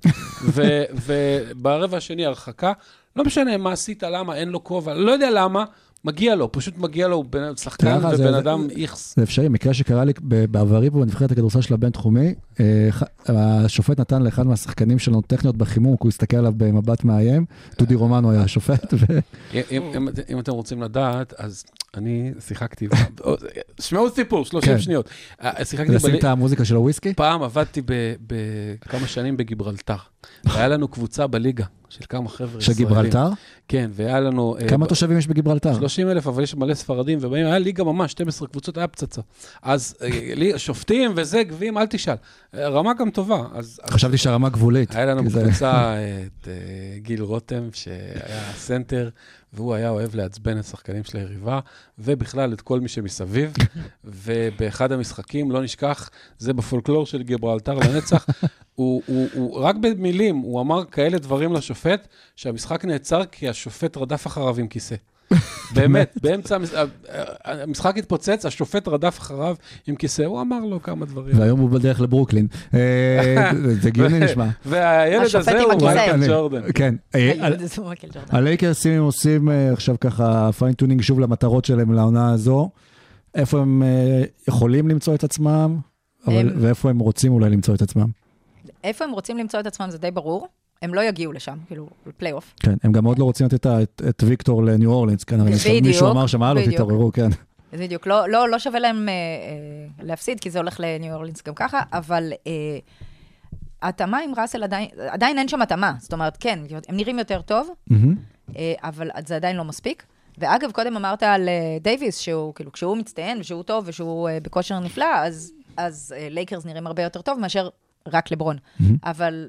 וברבע השני הרחקה, לא משנה מה עשית, למה, אין לו כובע, לא יודע למה, מגיע לו, פשוט מגיע לו, הוא שחקן ובן אדם איכס. זה אפשרי, מקרה שקרה לי בעברי פה, בנבחרת הכדורסל של הבן תחומי, השופט נתן לאחד מהשחקנים שלנו טכניות בחימום, הוא הסתכל עליו במבט מאיים, דודי רומנו היה השופט. אם אתם רוצים לדעת, אז אני שיחקתי, שמעו סיפור, 30 שניות. לשים את המוזיקה של הוויסקי? פעם עבדתי בכמה שנים בגיברלטר, והיה לנו קבוצה בליגה, של כמה חבר'ה של גיברלטר? כן, והיה לנו... כמה תושבים יש בגיברלטר? 30,000, אבל יש מלא ספרדים, ובאים, היה ליגה ממש, 12 קבוצות, היה פצצה. אז שופטים וזה, גביעים, אל תשאל. רמה גם טובה. חשבתי שהרמה גבולית. היה לנו בקבוצה את גיל רותם, שהיה סנטר, והוא היה אוהב לעצבן את שחקנים של היריבה, ובכלל את כל מי שמסביב, ובאחד המשחקים, לא נשכח, זה בפולקלור של גיברלטר לנצח, הוא רק במילים, הוא אמר כאלה דברים לשופט, שהמשחק נעצר כי השופט רדף אחריו עם כיסא. באמת, באמצע המשחק התפוצץ, השופט רדף אחריו עם כיסא, הוא אמר לו כמה דברים. והיום הוא בדרך לברוקלין. זה גיוני נשמע. והילד הזה הוא מייקל ג'ורדן. כן. הלייקרסים עושים עכשיו ככה פיינטונינג שוב למטרות שלהם לעונה הזו. איפה הם יכולים למצוא את עצמם, ואיפה הם רוצים אולי למצוא את עצמם? איפה הם רוצים למצוא את עצמם זה די ברור. הם לא יגיעו לשם, כאילו, לפלייאוף. כן, הם גם עוד לא רוצים לתת את ויקטור לניו אורלינס, כאן מישהו אמר שמה לא תתעוררו, כן. בדיוק, לא שווה להם להפסיד, כי זה הולך לניו אורלינס גם ככה, אבל התאמה עם ראסל עדיין אין שם התאמה, זאת אומרת, כן, הם נראים יותר טוב, אבל זה עדיין לא מספיק. ואגב, קודם אמרת על דייביס, שהוא, כאילו, כשהוא מצטיין, ושהוא טוב, ושהוא בכושר נפלא, אז לייקרס נראים הרבה יותר טוב, מאשר רק לברון. אבל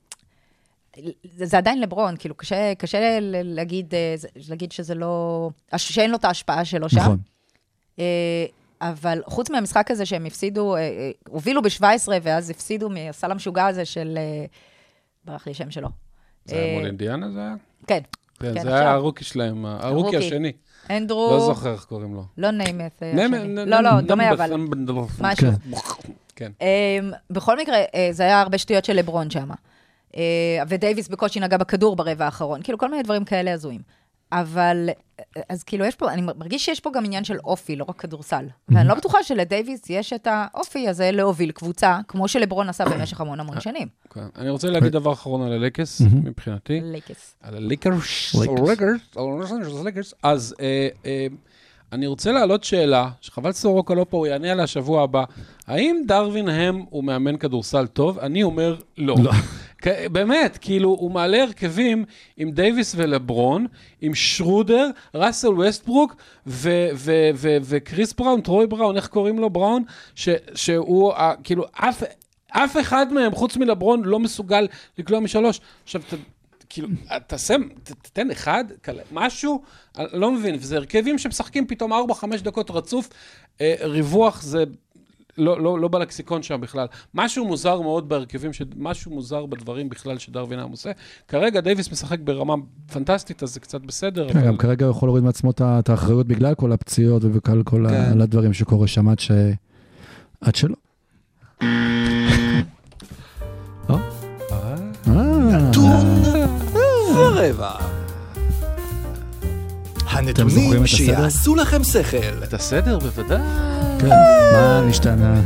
זה עדיין לברון, כאילו, קשה להגיד שזה לא, שאין לו את ההשפעה שלו שם. נכון. אבל חוץ מהמשחק הזה שהם הפסידו, הובילו ב-17, ואז הפסידו מהסל המשוגע הזה של, ברח לי שם שלו. זה היה מול אינדיאנה זה היה? כן. כן, זה היה הרוקי שלהם, הרוקי השני. אנדרו... לא זוכר איך קוראים לו. לא ניימת השני. לא, דומה אבל. משהו. כן. בכל מקרה, זה היה הרבה שטויות של לברון שם. ודייביס בקושי נגע בכדור ברבע האחרון. כאילו, כל מיני דברים כאלה הזויים. אבל, אז כאילו, יש פה, אני מרגיש שיש פה גם עניין של אופי, לא רק כדורסל. ואני לא בטוחה שלדייביס יש את האופי הזה להוביל קבוצה, כמו שלברון עשה במשך המון שנים. אני רוצה להגיד דבר אחרון על הלייקרס, מבחינתי. על הלייקרס. אז אני רוצה להעלות שאלה, שחבל סורוקה לא פה, הוא יענה עליה השבוע הבא. האם דרווין הם הוא מאמן כדורסל טוב? אני אומר לא. באמת, כאילו, הוא מעלה הרכבים עם דייביס ולברון, עם שרודר, ראסל ווסטברוק, וקריס בראון, טרוי בראון, איך קוראים לו בראון? שהוא, כאילו, אף אחד מהם, חוץ מלברון, לא מסוגל לקלוע משלוש. עכשיו, כאילו, תתן אחד, משהו, לא מבין, וזה הרכבים שמשחקים פתאום 4-5 דקות רצוף, ריווח זה לא בלקסיקון שם בכלל. משהו מוזר מאוד בהרכבים, משהו מוזר בדברים בכלל שדרווין היה עושה. כרגע דייביס משחק ברמה פנטסטית, אז זה קצת בסדר. כן, גם כרגע הוא יכול להוריד מעצמו את האחריות בגלל כל הפציעות ובגלל כל הדברים שקורה שם עד שלא. נתון ורבע. הנתונים שיעשו לכם שכל. את הסדר בוודאי. כן, מה נשתנה?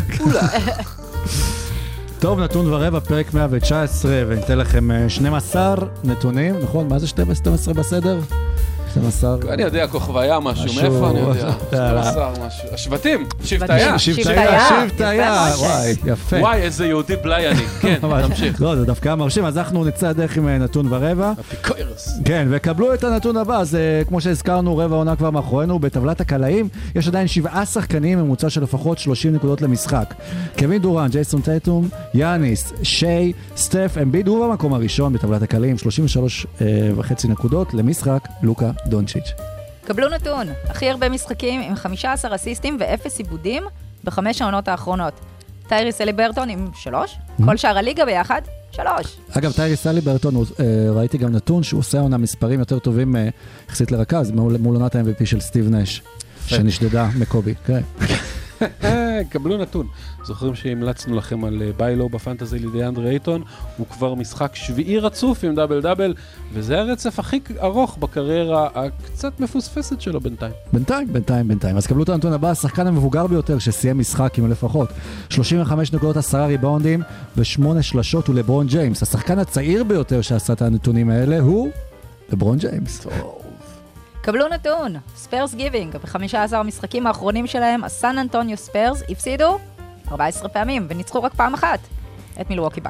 טוב, נתון ורבע, פרק 119, וניתן לכם 12 נתונים, נכון? מה זה 12 בסדר? 12. אני יודע, כוכביה משהו, מאיפה אני יודע? 12 משהו. השבטים, שבטיה. שבטיה, וואי, יפה. וואי, איזה יהודי בלי אני. כן, תמשיך. לא, זה דווקא מרשים, אז אנחנו נצא הדרך עם נתון ורבע. אפיקוירס. כן, וקבלו את הנתון הבא, אז כמו שהזכרנו, רבע עונה כבר מאחורינו, בטבלת הקלעים, יש עדיין 7 שחקנים, ממוצע של לפחות 30 נקודות למשחק. קווין דורנט, ג'ייסון טייטום, יאניס, שי, סטף, אמביד, הוא במקום הראשון בטבלת הקלעים, 33.5 נקודות למשחק, לוקה דונצ'יץ'. קבלו נתון, הכי הרבה משחקים עם 15 אסיסטים ו0 עיבודים ב5 העונות האחרונות. טייריס הליברטון עם 3, כל שאר הליגה ביחד 3. אגב, טייריס הליברטון, ראיתי גם נתון שהוא עושה עונה מספרים יותר טובים יחסית לרכז, מול עונת ה-MVP של סטיב נש, שנשדדה מקובי. קבלו נתון. זוכרים שהמלצנו לכם על ביילו בפנטזי לידיאנדרי אייטון, הוא כבר משחק 7 רצוף עם דאבל דאבל, וזה הרצף הכי ארוך בקריירה הקצת מפוספסת שלו בינתיים. בינתיים. אז קבלו את הנתון הבא, השחקן המבוגר ביותר שסיים משחק עם לפחות 35 נקודות, 10 ריבאונדים ו8 שלשות הוא לברון ג'יימס. השחקן הצעיר ביותר שעשה את הנתונים האלה הוא לברון ג'יימס. קבלו נתון, ספרס גיבינג, ב-15 המשחקים האחרונים שלהם, הסן אנטוניו ספרס הפסידו 14 פעמים, וניצחו רק פעם אחת את מילווקי בקס.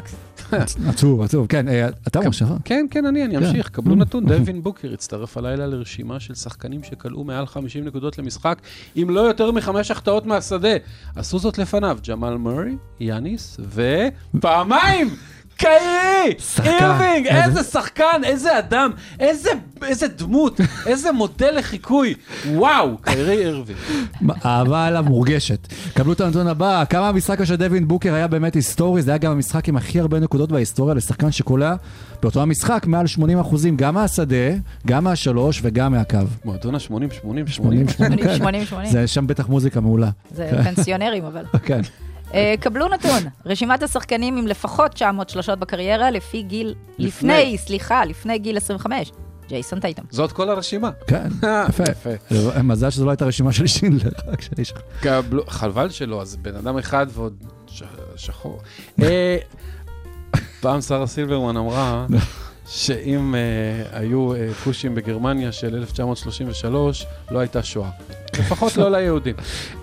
עצוב, כן, אתה משה. כן, אני אמשיך. קבלו נתון, דווין בוקר הצטרף הלילה לרשימה של שחקנים שקלעו מעל 50 נקודות למשחק, אם לא יותר מ5 החטאות מהשדה. עשו זאת לפניו, ג'מאל מורי, יאניס, ופעמיים! קיירי! אירווינג! איזה שחקן, איזה אדם, איזה דמות, איזה מודל לחיקוי. וואו, קיירי אירווינג. אהבה עליו מורגשת. קבלו את הנתון הבא, כמה המשחק של דווין בוקר היה באמת היסטורי, זה היה גם המשחק עם הכי הרבה נקודות בהיסטוריה לשחקן שקולע באותו המשחק מעל 80%, גם מהשדה, גם מהשלוש וגם מהקו. מועדון ה-80, 80. זה שם בטח מוזיקה מעולה. זה פנסיונרים אבל. כן. קבלו נתון, רשימת השחקנים עם לפחות 900 שלושות בקריירה לפני גיל 25, ג'ייסון טייטום. זאת כל הרשימה. כן, יפה. מזל שזו לא הייתה רשימה של שינדלר, רק של איש. חלבל שלו, אז בן אדם אחד ועוד שחור. פעם שרה סילברמן אמרה שאם היו פושים בגרמניה של 1933, לא הייתה שואה. לפחות לא ליהודים.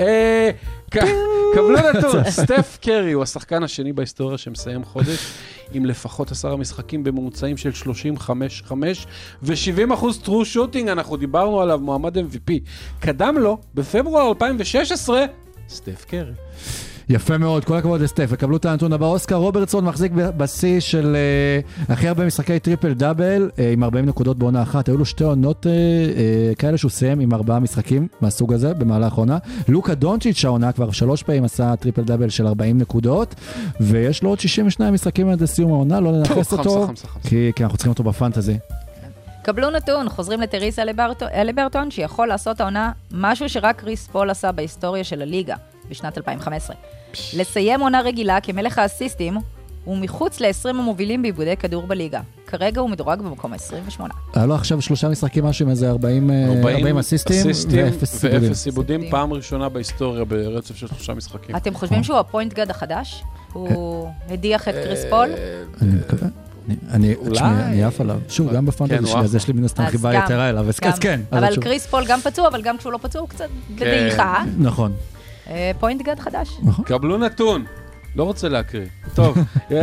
קבלו נתון, סטף קרי הוא השחקן השני בהיסטוריה שמסיים חודש עם לפחות 10 משחקים בממוצעים של 35-5 ו-70% טרו שוטינג, אנחנו דיברנו עליו, מועמד MVP. קדם לו, בפברואר 2016, סטף קרי. יפה מאוד, כל הכבוד לסטף. וקבלו את הנתון הבא, אוסקר רוברטסון מחזיק בשיא של הכי הרבה משחקי טריפל דאבל עם 40 נקודות בעונה אחת. היו לו 2 עונות כאלה שהוא סיים עם 4 משחקים מהסוג הזה במהלך העונה. לוקה דונצ'יץ' העונה כבר 3 פעמים עשה טריפל דאבל של 40 נקודות, ויש לו עוד 62 משחקים עד לסיום העונה, לא לנחס אותו, כי אנחנו צריכים אותו בפנטזי. קבלו נתון, חוזרים לטריס אליברטון, שיכול לעשות העונה משהו שרק קריס פול עשה בהיסטוריה של הליגה בשנת 2015. לסיים עונה רגילה כמלך האסיסטים, הוא מחוץ ל-20 המובילים בעיבודי כדור בליגה. כרגע הוא מדורג במקום 28. היה לו עכשיו 3 משחקים משהו עם איזה 40 אסיסטים ואפס עיבודים, פעם ראשונה בהיסטוריה ברצף של 3 משחקים. אתם חושבים שהוא הפוינט גארד החדש? הוא הדיח את קריס פול? אני מקווה. אני אף עליו. שוב, גם בפנטזי שלי, אז יש לי מן הסתם חיבה יתרה אליו. אז כן. אבל קריס פול גם פצוע, אבל גם כשהוא לא פצוע, הוא קצת בדעיכה. נכון. פוינט גארד חדש. קבלו נתון. לא רוצה להקריא. טוב.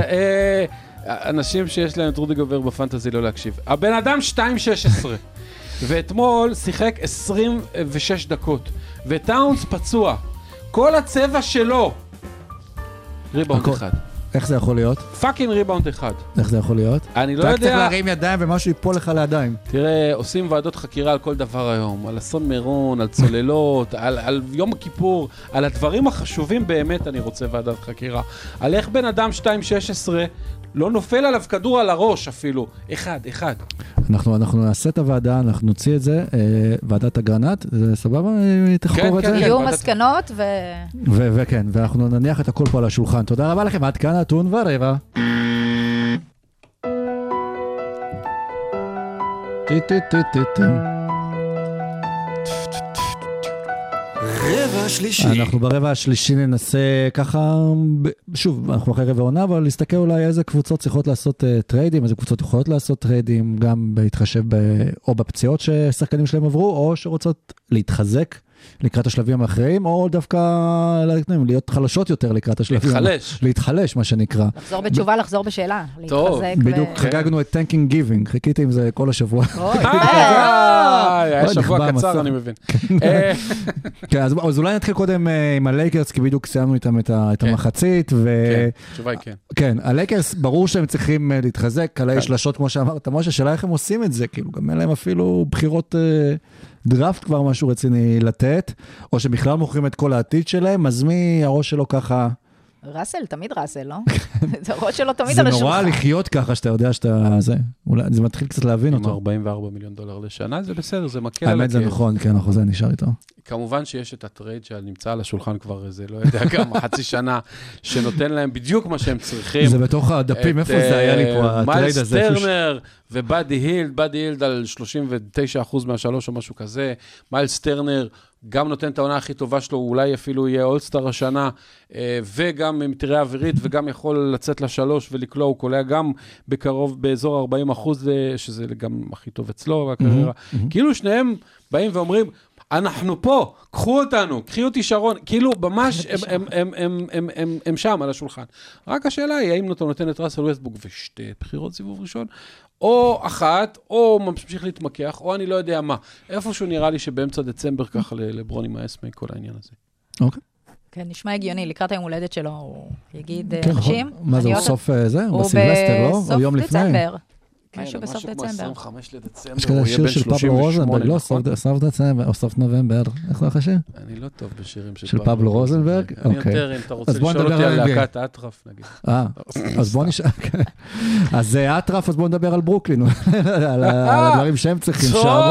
אנשים שיש להם את רודי גובר בפנטזי לא להקשיב. הבן אדם 2.16. ואתמול שיחק 26 דקות. וטאונס פצוע. כל הצבע שלו. ריבאונד אחד. איך זה יכול להיות? פאקינג ריבאונד אחד. איך זה יכול להיות? אני לא יודע. אתה צריך להרים ידיים ומשהו ייפול לך לידיים. תראה, עושים ועדות חקירה על כל דבר היום. על אסון מירון, על צוללות, על יום הכיפור, על הדברים החשובים באמת אני רוצה ועדת חקירה. על איך בן אדם 2.16 לא נופל עליו כדור על הראש אפילו. אחד. אנחנו נעשה את הוועדה, אנחנו נוציא את זה, ועדת אגרנט, זה סבבה? תחקור את זה? יהיו מסקנות וכן, ואנחנו נניח את הכל פה על השולחן. תודה רבה לכם, עד כאן נתון ורבע. רבע שלישי. אנחנו ברבע השלישי ננסה ככה, שוב, אנחנו אחרי רבע עונה, אבל להסתכל אולי איזה קבוצות צריכות לעשות טריידים, איזה קבוצות יכולות לעשות טריידים, גם בהתחשב או בפציעות ששחקנים שלהם עברו, או שרוצות להתחזק לקראת השלבים האחרים, או דווקא להיות חלשות יותר לקראת השלבים. להתחלש, מה שנקרא. לחזור בתשובה, לחזור בשאלה. טוב. בדיוק חגגנו את Tanking Giving, חיכיתי עם זה כל השבוע. היה שבוע קצר, אני מבין. כן, אז אולי נתחיל קודם עם הלייקרס, כי בדיוק סיימנו איתם את המחצית. כן, תשובה היא כן. כן, הלייקרס, ברור שהם צריכים להתחזק, עלי שלשות, כמו שאמרת, משה, שאלה איך הם עושים את זה, כאילו, גם אין להם אפילו בחירות דראפט כבר משהו רציני לתת, או שבכלל מוכרים את כל העתיד שלהם, אז מי הראש שלו ככה? ראסל, תמיד ראסל, לא? זה הראש שלו תמיד על השולחן. זה נורא לחיות ככה, שאתה יודע שאתה... זה מתחיל קצת להבין אותו. עם $44 מיליון לשנה, זה בסדר, זה מקל על הכיף. האמת זה נכון, כן, החוזה נשאר איתו. כמובן שיש את הטרייד שנמצא על השולחן כבר איזה, לא יודע כמה, חצי שנה, שנותן להם בדיוק מה שהם צריכים. זה בתוך הדפים, איפה זה היה לי פה, הטרייד הזה? מיילס טרנר ובאדי הילד על 39% מהשלוש או משהו כזה. מיילס טרנר גם נותן את העונה הכי טובה שלו, אולי אפילו יהיה אולסטאר השנה, וגם מטריה אווירית, וגם יכול לצאת לשלוש ולקלוע, הוא קולע גם בקרוב, באזור 40%, שזה גם הכי טוב אצלו, בקריירה. כאילו שניהם באים ואומרים, אנחנו פה, קחו אותנו, קחי אותי שרון, כאילו ממש הם שם על השולחן. רק השאלה היא, האם אתה נותן את ראסל ווסטברוק ושתי בחירות סיבוב ראשון, או אחת, או ממשיך להתמקח, או אני לא יודע מה. איפשהו נראה לי שבאמצע דצמבר ככה לברון עם האסמי כל העניין הזה. אוקיי. כן, נשמע הגיוני, לקראת היום הולדת שלו, הוא יגיד אנשים. מה זה, הוא סוף זה? הוא בסילבסטר, לא? או יום לפני? הוא בסוף דצמבר. כן, משהו בסוף דצמבר. 25 לדצמבר, יש כזה שיר של פבלו רוזנברג, לא, סוף דצמבר, או סוף נובמבר, איך זה השיר? אני לא טוב בשירים של פבלו רוזנברג? אני יותר, אם אתה רוצה לשאול אותי על להקת אטרף, נגיד. אז בוא נשאל, אז אטרף, אז בוא נדבר על ברוקלין, על הדברים שהם צריכים שם.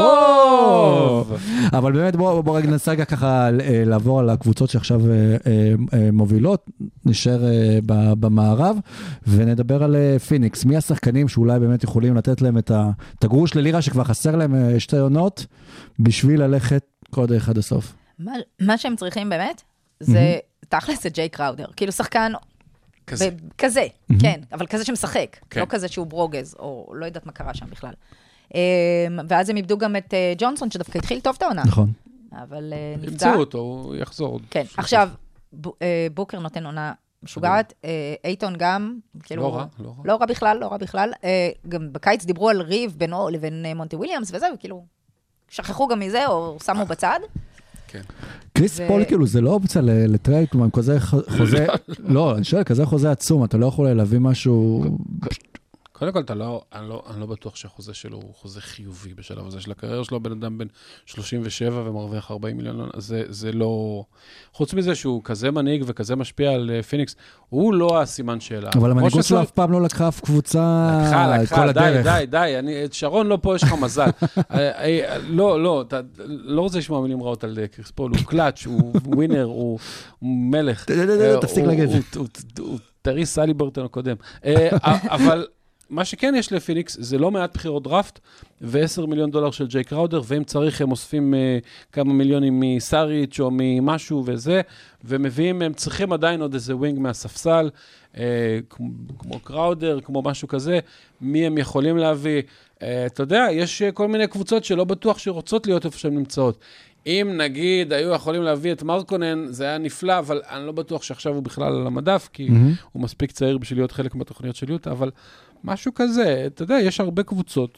אבל באמת בוא רגע ננסה ככה לעבור על הקבוצות שעכשיו מובילות, נשאר במערב, ונדבר על פיניקס. מי השחקנים שאולי באמת יכולים לתת להם את הגרוש ללירה שכבר חסר להם שתי עונות, בשביל ללכת קוד אחד הסוף. מה שהם צריכים באמת, זה תכלס זה ג'יי קראודר. כאילו שחקן כזה, כן, אבל כזה שמשחק, לא כזה שהוא ברוגז, או לא יודעת מה קרה שם בכלל. ואז הם איבדו גם את ג'ונסון, שדווקא התחיל טוב את העונה. נכון. אבל נפגע. ימצאו אותו, הוא יחזור. כן, עכשיו, בוקר נותן עונה משוגעת, אייטון גם, כאילו, לא רע בכלל, גם בקיץ דיברו על ריב בינו לבין מונטי וויליאמס וזה, וכאילו, שכחו גם מזה, או שמו בצד. כן. קריס פול, כאילו, זה לא אופציה לטרייד, כלומר, כזה חוזה, לא, אני שואל, כזה חוזה עצום, אתה לא יכול להביא משהו... קודם כל, אני לא בטוח שהחוזה שלו הוא חוזה חיובי בשלב הזה של הקריירה שלו, בן אדם בן 37 ומרוויח 40 מיליון, אז זה לא... חוץ מזה שהוא כזה מנהיג וכזה משפיע על פיניקס, הוא לא הסימן שאלה. אבל המנהיגות שלו אף פעם לא לקחה אף קבוצה כל הדרך. די, שרון לא פה, יש לך מזל. לא, אתה לא רוצה לשמוע מילים רעות על קריס פול, הוא קלאץ', הוא ווינר, הוא מלך. תפסיק להגיד. הוא טרי סליברטון הקודם. אבל... מה שכן יש לפיניקס, זה לא מעט בחירות דראפט, ו$10 מיליון של ג'יי קראודר, ואם צריך הם אוספים כמה מיליונים מסאריץ' או ממשהו וזה, ומביאים, הם צריכים עדיין עוד איזה ווינג מהספסל, כמו קראודר, כמו משהו כזה, מי הם יכולים להביא. אתה יודע, יש כל מיני קבוצות שלא בטוח שרוצות להיות איפה שהן נמצאות. אם נגיד היו יכולים להביא את מרקונן, זה היה נפלא, אבל אני לא בטוח שעכשיו הוא בכלל על המדף, כי הוא מספיק צעיר בשביל להיות חלק מהתוכניות של יוטה, אבל משהו כזה, אתה יודע, יש הרבה קבוצות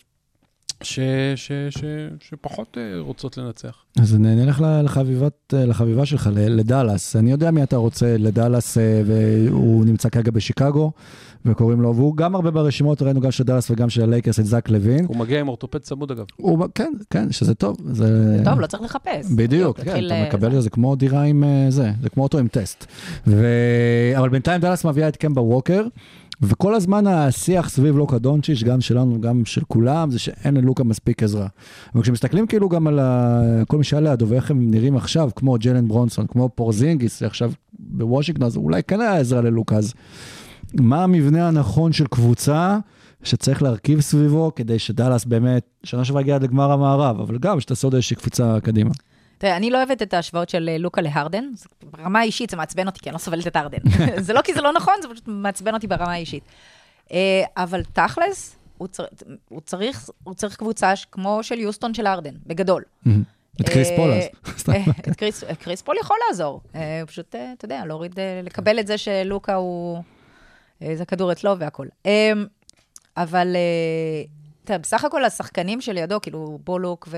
שפחות רוצות לנצח. אז נלך לחביבה שלך, לדלס. אני יודע מי אתה רוצה, לדלס, והוא נמצא כרגע בשיקגו, וקוראים לו, והוא גם הרבה ברשימות, ראינו גם של דלס וגם של הלייקרס, את זק לוין. הוא מגיע עם אורתופד צמוד אגב. כן, שזה טוב. זה טוב, לא צריך לחפש. בדיוק, כן, אתה מקבל את זה כמו דירה עם זה כמו אותו עם טסט. אבל בינתיים דלס מביאה את קמבה ווקר, וכל הזמן השיח סביב לוקה דונצ'יץ', גם שלנו, גם של כולם, זה שאין ללוקה מספיק עזרה. וכשמסתכלים כאילו גם על כל מי שעלה לידו, ואיך הם נראים עכשיו, כמו ג'לן ברונסון, כמו פורזינגיס, עכשיו בוושינגטון, אז אולי כן היה עזרה ללוקה. אז מה המבנה הנכון של קבוצה שצריך להרכיב סביבו, כדי שדלס באמת, שנה שווה הגיעה לגמר המערב, אבל גם שתעשה עוד איזושהי קפיצה קדימה. תראה, אני לא אוהבת את ההשוואות של לוקה להרדן, ברמה האישית זה מעצבן אותי, כי אני לא סובלת את הרדן. זה לא כי זה לא נכון, זה פשוט מעצבן אותי ברמה האישית. אבל תכלס, הוא צריך קבוצה כמו של יוסטון של הרדן, בגדול. את קריס פול אז. את קריס פול יכול לעזור. פשוט, אתה יודע, להוריד, לקבל את זה שלוקה הוא, זה כדור אצלו והכל. אבל... בסך הכל השחקנים שלידו, כאילו בולוק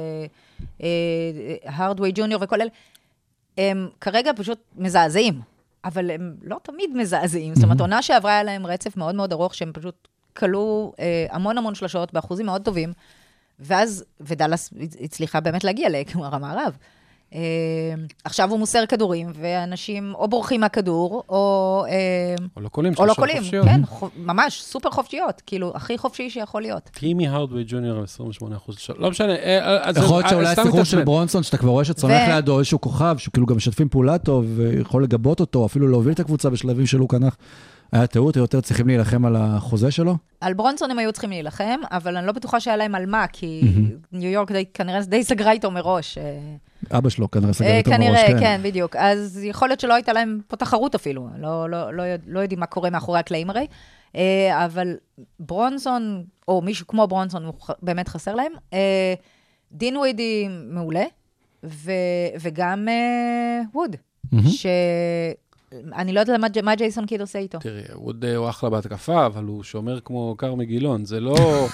והרדווי ג'וניור וכל אלה, הם כרגע פשוט מזעזעים, אבל הם לא תמיד מזעזעים. זאת אומרת, עונה שעברה היה להם רצף מאוד מאוד ארוך, שהם פשוט קלו המון שלשות באחוזים מאוד טובים, ודלס הצליחה באמת להגיע לגמר המערב. עכשיו הוא מוסר כדורים, ואנשים או בורחים מהכדור, או לא קולים, כן, ממש סופר חופשיות, כאילו, הכי חופשי שיכול להיות. טימי הרדווי ג'וניור על 28%, לא משנה. יכול להיות שאולי הסיפור של ברונסון, שאתה כבר רואה שצונח לידו איזשהו כוכב, שכאילו גם משתפים פעולה טוב, ויכול לגבות אותו, אפילו להוביל את הקבוצה בשלבים שלו כנך. היה טעות, יותר צריכים להילחם על החוזה שלו? על ברונסון הם היו צריכים להילחם, אבל אני לא בטוחה שהיה להם על מה, כי ניו יורק כנראה די סגרה איתו מראש. אבא שלו כנראה סגרה איתו מראש, כנראה, כן, בדיוק. אז יכול להיות שלא הייתה להם פה תחרות אפילו, לא יודעים מה קורה מאחורי הקלעים הרי, אבל ברונסון, או מישהו כמו ברונסון, הוא באמת חסר להם. דין ווידי מעולה, וגם ווד, אני לא יודעת מה ג'ייסון קיד עושה איתו. תראי, ווד הוא אחלה בהתקפה, אבל הוא שומר כמו קרמי גילון, זה לא...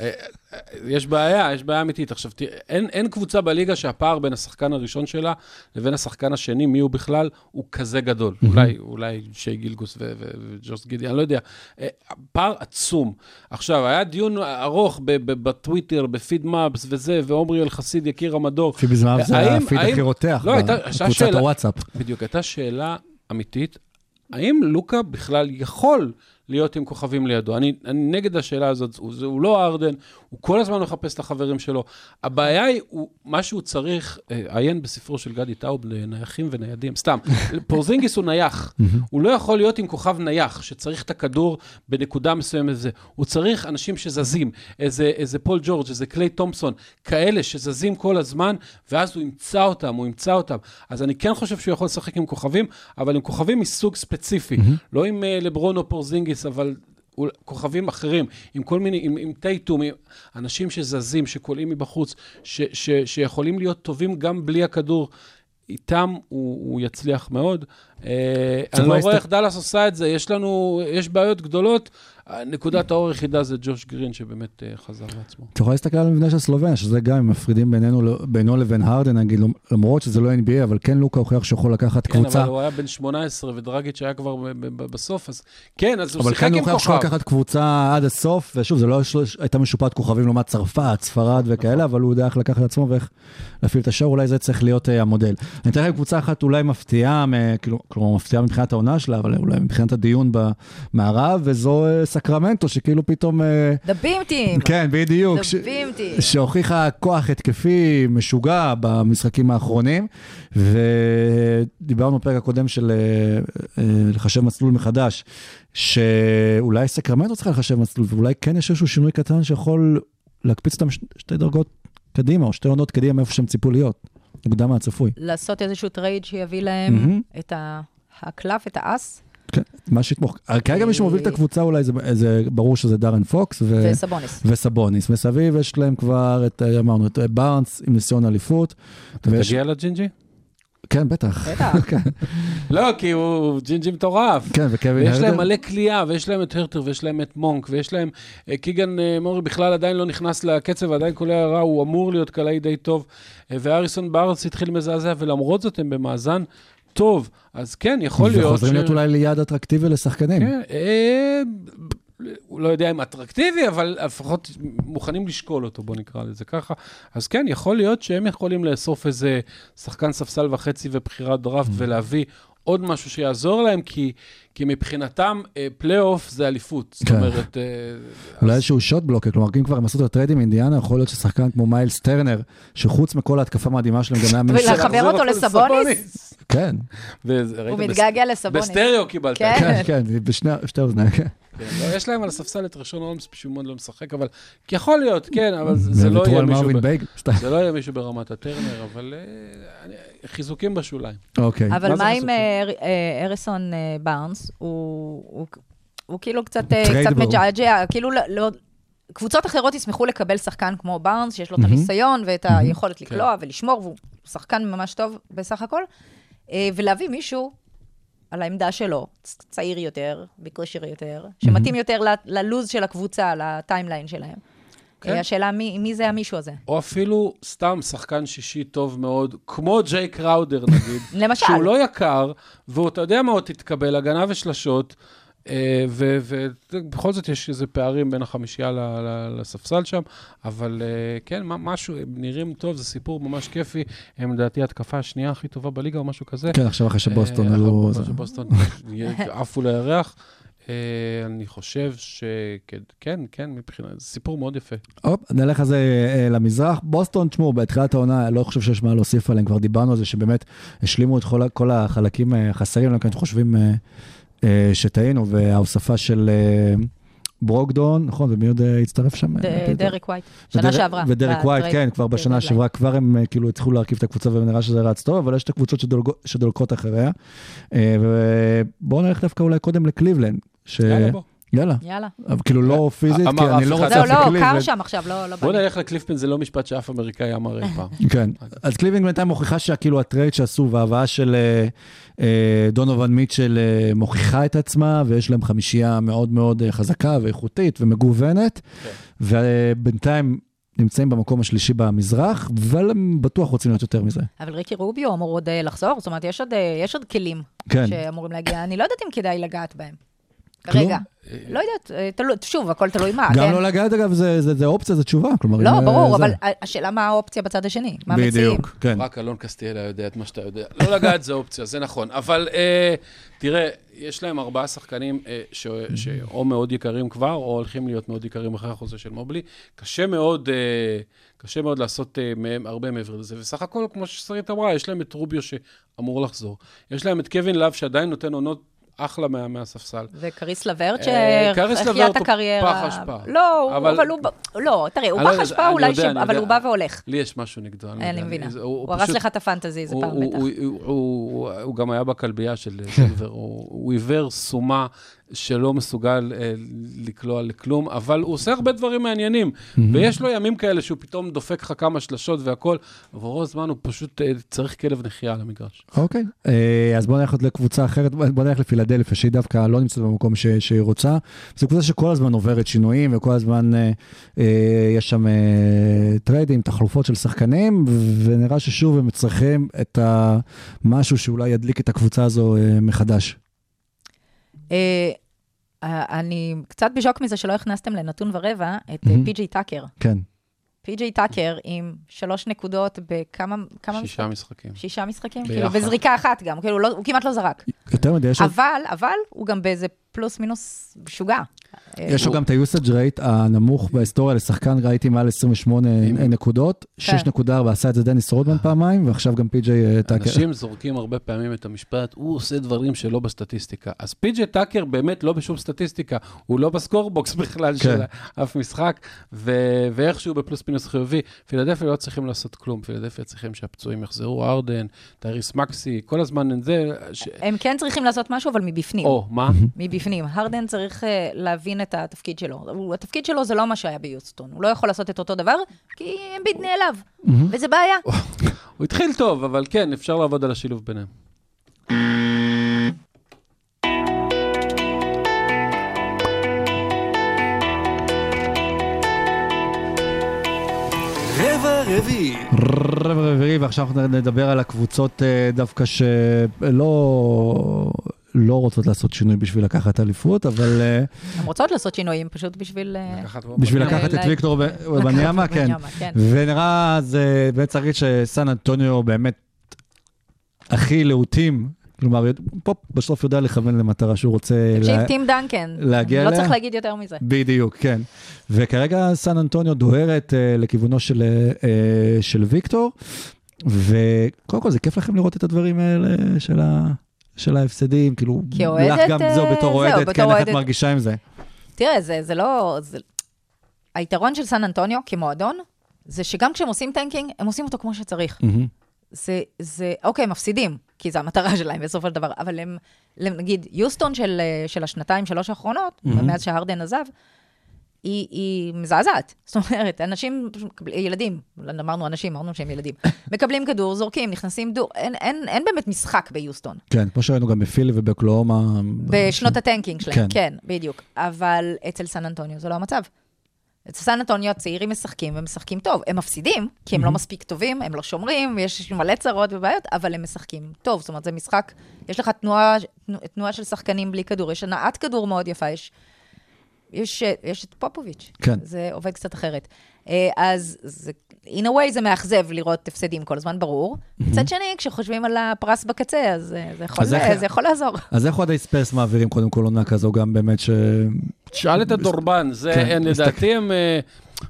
יש בעיה אמיתית. עכשיו, אין קבוצה בליגה שהפער בין השחקן הראשון שלה לבין השחקן השני, מי הוא בכלל, הוא כזה גדול. אולי שי גילגוס וג'וס גידי, אני לא יודע. פער עצום. עכשיו, היה דיון ארוך בטוויטר, בפיד מאפס וזה, ועומרי אל-חסיד, יקיר המדור. שבזמן זה הפיד הכי רותח בקבוצת הוואטסאפ. בדיוק, הייתה שאלה אמיתית, האם לוקה בכלל יכול להיות עם כוכבים לידו? אני נגד השאלה הזאת, הוא לא ארדן, הוא כל הזמן מחפש את החברים שלו. הבעיה היא, מה שהוא צריך, עיין בספרו של גדי טאוב, לנייחים וניידים, סתם, פורזינגיס הוא נייח, הוא לא יכול להיות עם כוכב נייח, שצריך את הכדור בנקודה מסוימת וזה. הוא צריך אנשים שזזים, איזה פול ג'ורג', איזה קליי תומפסון, כאלה שזזים כל הזמן, ואז הוא ימצא אותם. אז אני כן חושב שהוא יכול לשחק עם כוכבים, אבל עם כוכבים מסוג ספציפי, לא עם לברון או פורזינגיס, אבל כוכבים אחרים, עם כל מיני, עם טייטום, עם אנשים שזזים, שקולעים מבחוץ, שיכולים להיות טובים גם בלי הכדור, איתם הוא יצליח מאוד. אני לא רואה איך דלס עושה את זה, יש בעיות גדולות, נקודת האור היחידה זה ג'וש גרין, שבאמת חזר לעצמו. אתה יכול להסתכל על המבנה של סלובניה, שזה גם הם מפרידים בינו לבין הרדן, נגיד, למרות שזה לא NBA, אבל כן לוקה הוכיח שיכול לקחת קבוצה. כן, אבל הוא היה בן 18, ודרגיץ' היה כבר בסוף, אז כן, אז הוא שיחק עם כוכב. אבל כן הוא הוכיח שיכול לקחת קבוצה עד הסוף, ושוב, זה לא הייתה משופעת כוכבים לעומת צרפת, ספרד וכאלה, אבל הוא יודע איך לקחת עצמו ואיך להפעיל את השאר, אולי זה צריך להיות המודל. אני אתן לכם קבוצה אחת אולי מפתיעה, כלומר מפתיעה מבחינת העונה שלה, אבל אולי מבחינת הדיון במערב, וזו סקרמנטו, שכאילו פתאום... דבימטים. כן, בדיוק. דבימטים. שהוכיחה כוח התקפי משוגע במשחקים האחרונים, ודיברנו בפרק הקודם של לחשב מסלול מחדש, שאולי סקרמנטו צריכה לחשב מסלול, ואולי כן יש איזשהו שינוי קטן שיכול להקפיץ אותם 2 דרגות קדימה, או 2 עונות קדימה מאיפה שהם ציפו להיות. מוקדם מהצפוי. לעשות איזשהו טרייד שיביא להם את הקלף, את האס. כן, מה שיתמוך. כרגע מי שמוביל את הקבוצה אולי זה ברור שזה דארן פוקס וסבוניס. מסביב יש להם כבר אמרנו, את בארנס עם ניסיון אליפות. אתה תגיע לג'ינג'י? כן, בטח. לא, כי הוא ג'ינג'י מטורף. כן, וקווין הרדר. ויש להם מלא קליעה, ויש להם את הרטר, ויש להם את מונק, ויש להם, קיגן מורי בכלל עדיין לא נכנס לקצב, עדיין קולע רע, הוא אמור להיות קלעי די טוב, ואריסון בארץ התחיל מזעזע, ולמרות זאת הם במאזן טוב, אז כן, יכול להיות... וחוזרים להיות אולי ליד אטרקטיבי לשחקנים. כן, הוא לא יודע אם אטרקטיבי, אבל לפחות מוכנים לשקול אותו, בוא נקרא לזה ככה. אז כן, יכול להיות שהם יכולים לאסוף איזה שחקן ספסל וחצי ובחירת דראפט, ולהביא עוד משהו שיעזור להם, כי מבחינתם פלייאוף זה אליפות. זאת אומרת... אולי איזשהו שוט בלוקר, כלומר, אם כבר הם עשו את הטריידים מאינדיאנה, יכול להיות ששחקן כמו מיילס טרנר, שחוץ מכל ההתקפה המדהימה שלהם, גם היה מנסה... ולחבר אותו לסבוניס? כן. הוא מתגעגע לסבוניס. בסטריאו קיבלת. כן, בשתי אוזניים, כן. יש להם על הספסל את ראשון הולמס, שהוא מאוד לא משחק, אבל יכול להיות, כן, אבל זה לא יהיה מישהו ברמת הטרנר, אבל חיזוקים בשוליים. אבל מה עם אריסון בארנס? הוא כאילו קצת מג'עג'ע, כאילו קבוצות אחרות ישמחו לקבל שחקן כמו בארנס, שיש לו את הניסיון ואת היכולת לקלוע ולשמור, והוא שחקן ממש טוב בסך הכל, ולהביא מישהו על העמדה שלו, צעיר יותר, בקרשר יותר, שמתאים יותר ללוז של הקבוצה, לטיימליין שלהם. השאלה, מי זה המישהו הזה? או אפילו סתם שחקן שישי טוב מאוד, כמו ג'יי קראודר נגיד, למשל. שהוא לא יקר, ואתה יודע מה עוד תתקבל, הגנה ושלשות, ובכל זאת יש איזה פערים בין החמישייה לספסל שם, אבל כן, משהו, הם נראים טוב, זה סיפור ממש כיפי, הם לדעתי התקפה השנייה הכי טובה בליגה או משהו כזה. כן, עכשיו אחרי שבוסטון עלו... שבוסטון עפו לירח, אני חושב שכן, כן, מבחינת, זה סיפור מאוד יפה. נלך על זה למזרח. בוסטון, תשמעו, בהתחלת העונה, לא חושב שיש מה להוסיף עליהם, כבר דיברנו על זה, שבאמת השלימו את כל החלקים החסרים, אנחנו חושבים שטעינו, וההוספה של ברוקדון, נכון, ומי עוד הצטרף שם? דריק ווייט, שנה שעברה. ודריק ווייט, כן, כבר בשנה שעברה, כבר הם כאילו התחילו להרכיב את הקבוצה, ונראה שזה רץ טוב, אבל יש את הקבוצות שדולקות אחריה. ובואו נלך דווקא אולי קודם לקליבלנד, יאללה. יאללה. אבל כאילו לא פיזית, כי אמר אני לא אף אחד. רוצה זהו, לא, קליבלנד. קר שם עכשיו, לא בוא בא לי. נלך לקליפלין, זה לא משפט שאף אמריקאי אמר אי פעם. כן. אז קליבלנד בינתיים מוכיחה שכאילו הטרייד שעשו וההבאה של דונובל מיטשל מוכיחה את עצמה, ויש להם חמישייה מאוד מאוד חזקה ואיכותית ומגוונת, ובינתיים נמצאים במקום השלישי במזרח, אבל הם בטוח רוצים להיות יותר מזה. אבל ריקי רוביו אמור עוד לחזור, זאת אומרת, יש עוד כלים כן. שאמורים להגיע, אני לא יודעת אם כדאי לגעת בהם. כרגע. לא יודעת, שוב, הכל תלוי מה. גם לא לגעת, אגב, זה אופציה, זה תשובה. לא, ברור, אבל השאלה מה האופציה בצד השני, מה מציעים. בדיוק, כן. רק אלון קסטיאלה יודע את מה שאתה יודע. לא לגעת זה אופציה, זה נכון. אבל תראה, יש להם 4 שחקנים שאו מאוד יקרים כבר, או הולכים להיות מאוד יקרים אחרי החוזה של מובלי. קשה מאוד לעשות הרבה מעבר לזה. וסך הכל, כמו ששרית אמרה, יש להם את רוביו שאמור לחזור. יש להם את קווין לאב שעדיין נותן עונות אחלה מהספסל. וקריס לברט שהחיה את הקריירה. פח אשפה. לא, אבל הוא... לא, תראה, הוא פח אשפה אולי, אבל הוא בא והולך. לי יש משהו נגדו. אני מבינה. הוא הרס לך את הפנטזי, זה פעם בטח. הוא גם היה בכלבייה של סילבר. הוא עיוור סומה שלא מסוגל לקלוע לכלום, אבל הוא עושה הרבה דברים מעניינים, ויש לו ימים כאלה שהוא פתאום דופק לך כמה שלשות והכל, ועבור הזמן הוא פשוט צריך כלב נחייה על המגרש. אוקיי, אז בוא נלך לקבוצה אחרת, בוא נלך לפילדלפיה, שהיא דווקא לא נמצאת במקום שהיא רוצה. זו קבוצה שכל הזמן עוברת שינויים, וכל הזמן יש שם טריידים, תחלופות של שחקנים, ונראה ששוב הם צריכים את משהו שאולי ידליק את הקבוצה הזו מחדש. אני קצת בשוק מזה שלא הכנסתם לנתון ורבע את פי.ג'יי טאקר. כן. פי.ג'יי טאקר עם 3 נקודות בכמה 6 משחקים. 6 משחקים? כאילו בזריקה אחת גם, כאילו הוא כמעט לא זרק. יותר מדי. אבל הוא גם באיזה פלוס מינוס משוגע. יש לו גם את ה-usage rate הנמוך בהיסטוריה לשחקן, ראיתי מעל 28 נקודות, 6.4, עשה את זה דניס רודמן פעמיים, ועכשיו גם פי.ג'יי טאקר. אנשים זורקים הרבה פעמים את המשפט, הוא עושה דברים שלא בסטטיסטיקה. אז פי.ג'יי טאקר באמת לא בשום סטטיסטיקה, הוא לא בסקורבוקס בכלל של אף משחק, ואיכשהו בפלוס מינוס חיובי, פילדלפיה לא צריכים לעשות כלום, פילדלפיה צריכים שהפצועים יחזרו, ארדן, טייריס מקסי, כל הזמן זה... הם כן צריכים לעשות משהו, אבל מבפנים. או, מה? מבפנים. הרדן צריך להבין את התפקיד שלו. התפקיד שלו זה לא מה שהיה ביוסטון. הוא לא יכול לעשות את אותו דבר, כי הם ביד נעלב. וזה בעיה. הוא התחיל טוב, אבל כן, אפשר לעבוד על השילוב ביניהם. רבע רביעי. רבע רביעי, ועכשיו אנחנו נדבר על הקבוצות דווקא לא רוצות לעשות שינוי בשביל לקחת אליפות, אבל... הן רוצות לעשות שינויים, פשוט בשביל לקחת את ויקטור ובניאמה, כן. ונראה, זה באמת צריך שסן אנטוניו באמת הכי להוטים, כלומר, פופ בסוף יודע לכוון למטרה שהוא רוצה תקשיב, טים דנקן, להגיע אליה. לא צריך להגיד יותר מזה. בדיוק, כן. וכרגע סן אנטוניו דוהרת לכיוונו של ויקטור, וקודם כל זה כיף לכם לראות את הדברים האלה של ההפסדים, כאילו, לך גם זהו בתור אוהדת, כן, איך את מרגישה עם זה? תראה, זה לא... היתרון של סן אנטוניו כמועדון, זה שגם כשהם עושים טנקינג, הם עושים אותו כמו שצריך. זה, אוקיי, הם מפסידים, כי זו המטרה שלהם בסופו של דבר, אבל הם, נגיד, יוסטון של השנתיים, 3 האחרונות, מאז שהרדן עזב, היא מזעזעת. זאת אומרת, אנשים, ילדים, אמרנו שהם ילדים, מקבלים כדור, זורקים, נכנסים דור, אין באמת משחק ביוסטון. כן, כמו שראינו גם בפילי ובקלאומה. בשנות הטנקינג שלהם, כן, בדיוק. אבל אצל סן אנטוניו זה לא המצב. אצל סן אנטוניו הצעירים משחקים, והם משחקים טוב. הם מפסידים, כי הם לא מספיק טובים, הם לא שומרים, יש מלא צרות ובעיות, אבל הם משחקים טוב. זאת אומרת, זה משחק, יש לך תנועה של שחקנים בלי כדור, יש הנעת כדור מאוד יפה, יש את פופוביץ'. כן. זה עובד קצת אחרת. אז in a way זה מאכזב לראות הפסדים כל הזמן, ברור. מצד שני, כשחושבים על הפרס בקצה, אז זה יכול לעזור. אז איך עוד הספרס מעבירים קודם כל עונה כזו גם באמת שאל את הדורבן, זה לדעתי הם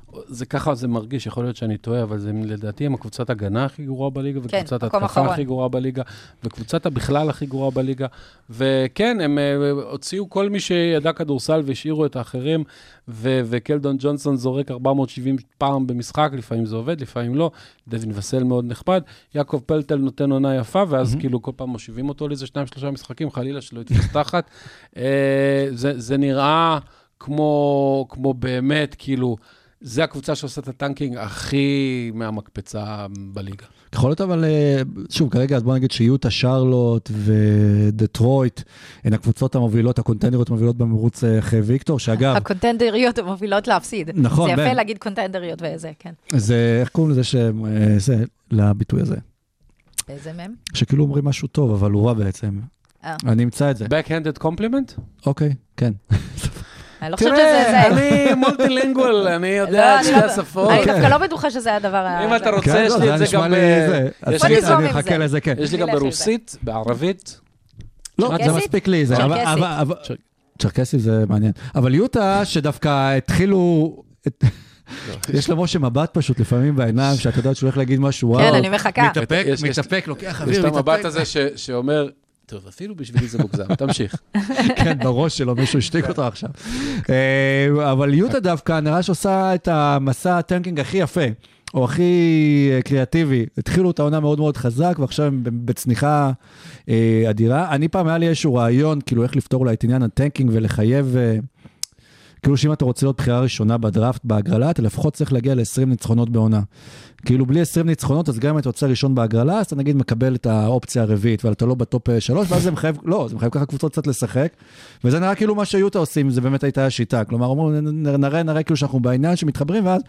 זה ככה, זה מרגיש, יכול להיות שאני טועה, אבל זה לדעתי הם הקבוצת הגנה הכי גרועה בליגה, וקבוצת התקפה הכי גרועה בליגה, וקבוצת הבכלל הכי גרועה בליגה, וכן, הם הוציאו כל מי שידע כדורסל והשאירו את האחרים, וקלדון ג'ונסון זורק 470 פעם במשחק, לפעמים זה עובד, לפעמים לא, דווין וסל מאוד נכבד, יעקב פלטל נותן עונה יפה, ואז כאילו כל פעם מושיבים אותו לאיזה 2-3 משחקים, חלילה שלא יתפס תחת. זה נראה כמו באמת, כאילו, זה הקבוצה שעושה את הטנקינג הכי מהמקפצה בליגה. יכול להיות, אבל שוב, כרגע, אז בוא נגיד שיוטה, שרלוט ודטרויט, הן הקבוצות המובילות, הקונטנדריות המובילות במרוץ אחרי ויקטור, שאגב... הקונטנדריות המובילות להפסיד. נכון, זה יפה להגיד קונטנדריות וזה, כן. זה, איך קוראים לזה זה, לביטוי הזה? איזה מהם? שכאילו אומרים משהו טוב, אבל הוא רע בעצם. אני אמצא את זה. Backhanded compliment? אוקיי, כן. אני לא חושבת שזה זה. אני מולטילינגואל, אני יודע את שתי השפות. אני דווקא לא בטוחה שזה הדבר... אם אתה רוצה, יש לי את זה גם... אני אחכה לזה, כן. יש לי גם ברוסית, בערבית. לא, זה מספיק לי. צ'רקסי זה מעניין. אבל יוטה, שדווקא התחילו... יש למשה מבט פשוט לפעמים בעיניים, שאתה יודעת שהוא הולך להגיד משהו, כן, אני מחכה. מתאפק, לוקח אוויר, יש את המבט הזה שאומר... טוב, אפילו בשבילי זה מוגזם, תמשיך. כן, בראש שלו, מישהו השתיק אותו עכשיו. אבל יוטה דווקא נראה שעושה את המסע הטנקינג הכי יפה, או הכי קריאטיבי. התחילו את העונה מאוד מאוד חזק, ועכשיו הם בצניחה אדירה. אני פעם היה לי איזשהו רעיון, כאילו איך לפתור לה את עניין הטנקינג ולחייב... כאילו שאם אתה רוצה להיות בחירה ראשונה בדראפט, בהגרלה, אתה לפחות צריך להגיע ל-20 ניצחונות בעונה. כאילו בלי 20 ניצחונות, אז גם אם אתה רוצה ראשון בהגרלה, אז אתה נגיד מקבל את האופציה הרביעית, אבל אתה לא בטופ 3, ואז זה מחייב, לא, זה מחייב ככה קבוצות קצת לשחק, וזה נראה כאילו מה שיוטה עושים, זה באמת הייתה השיטה. כלומר, אומרים, נראה כאילו שאנחנו בעניין שמתחברים, ואז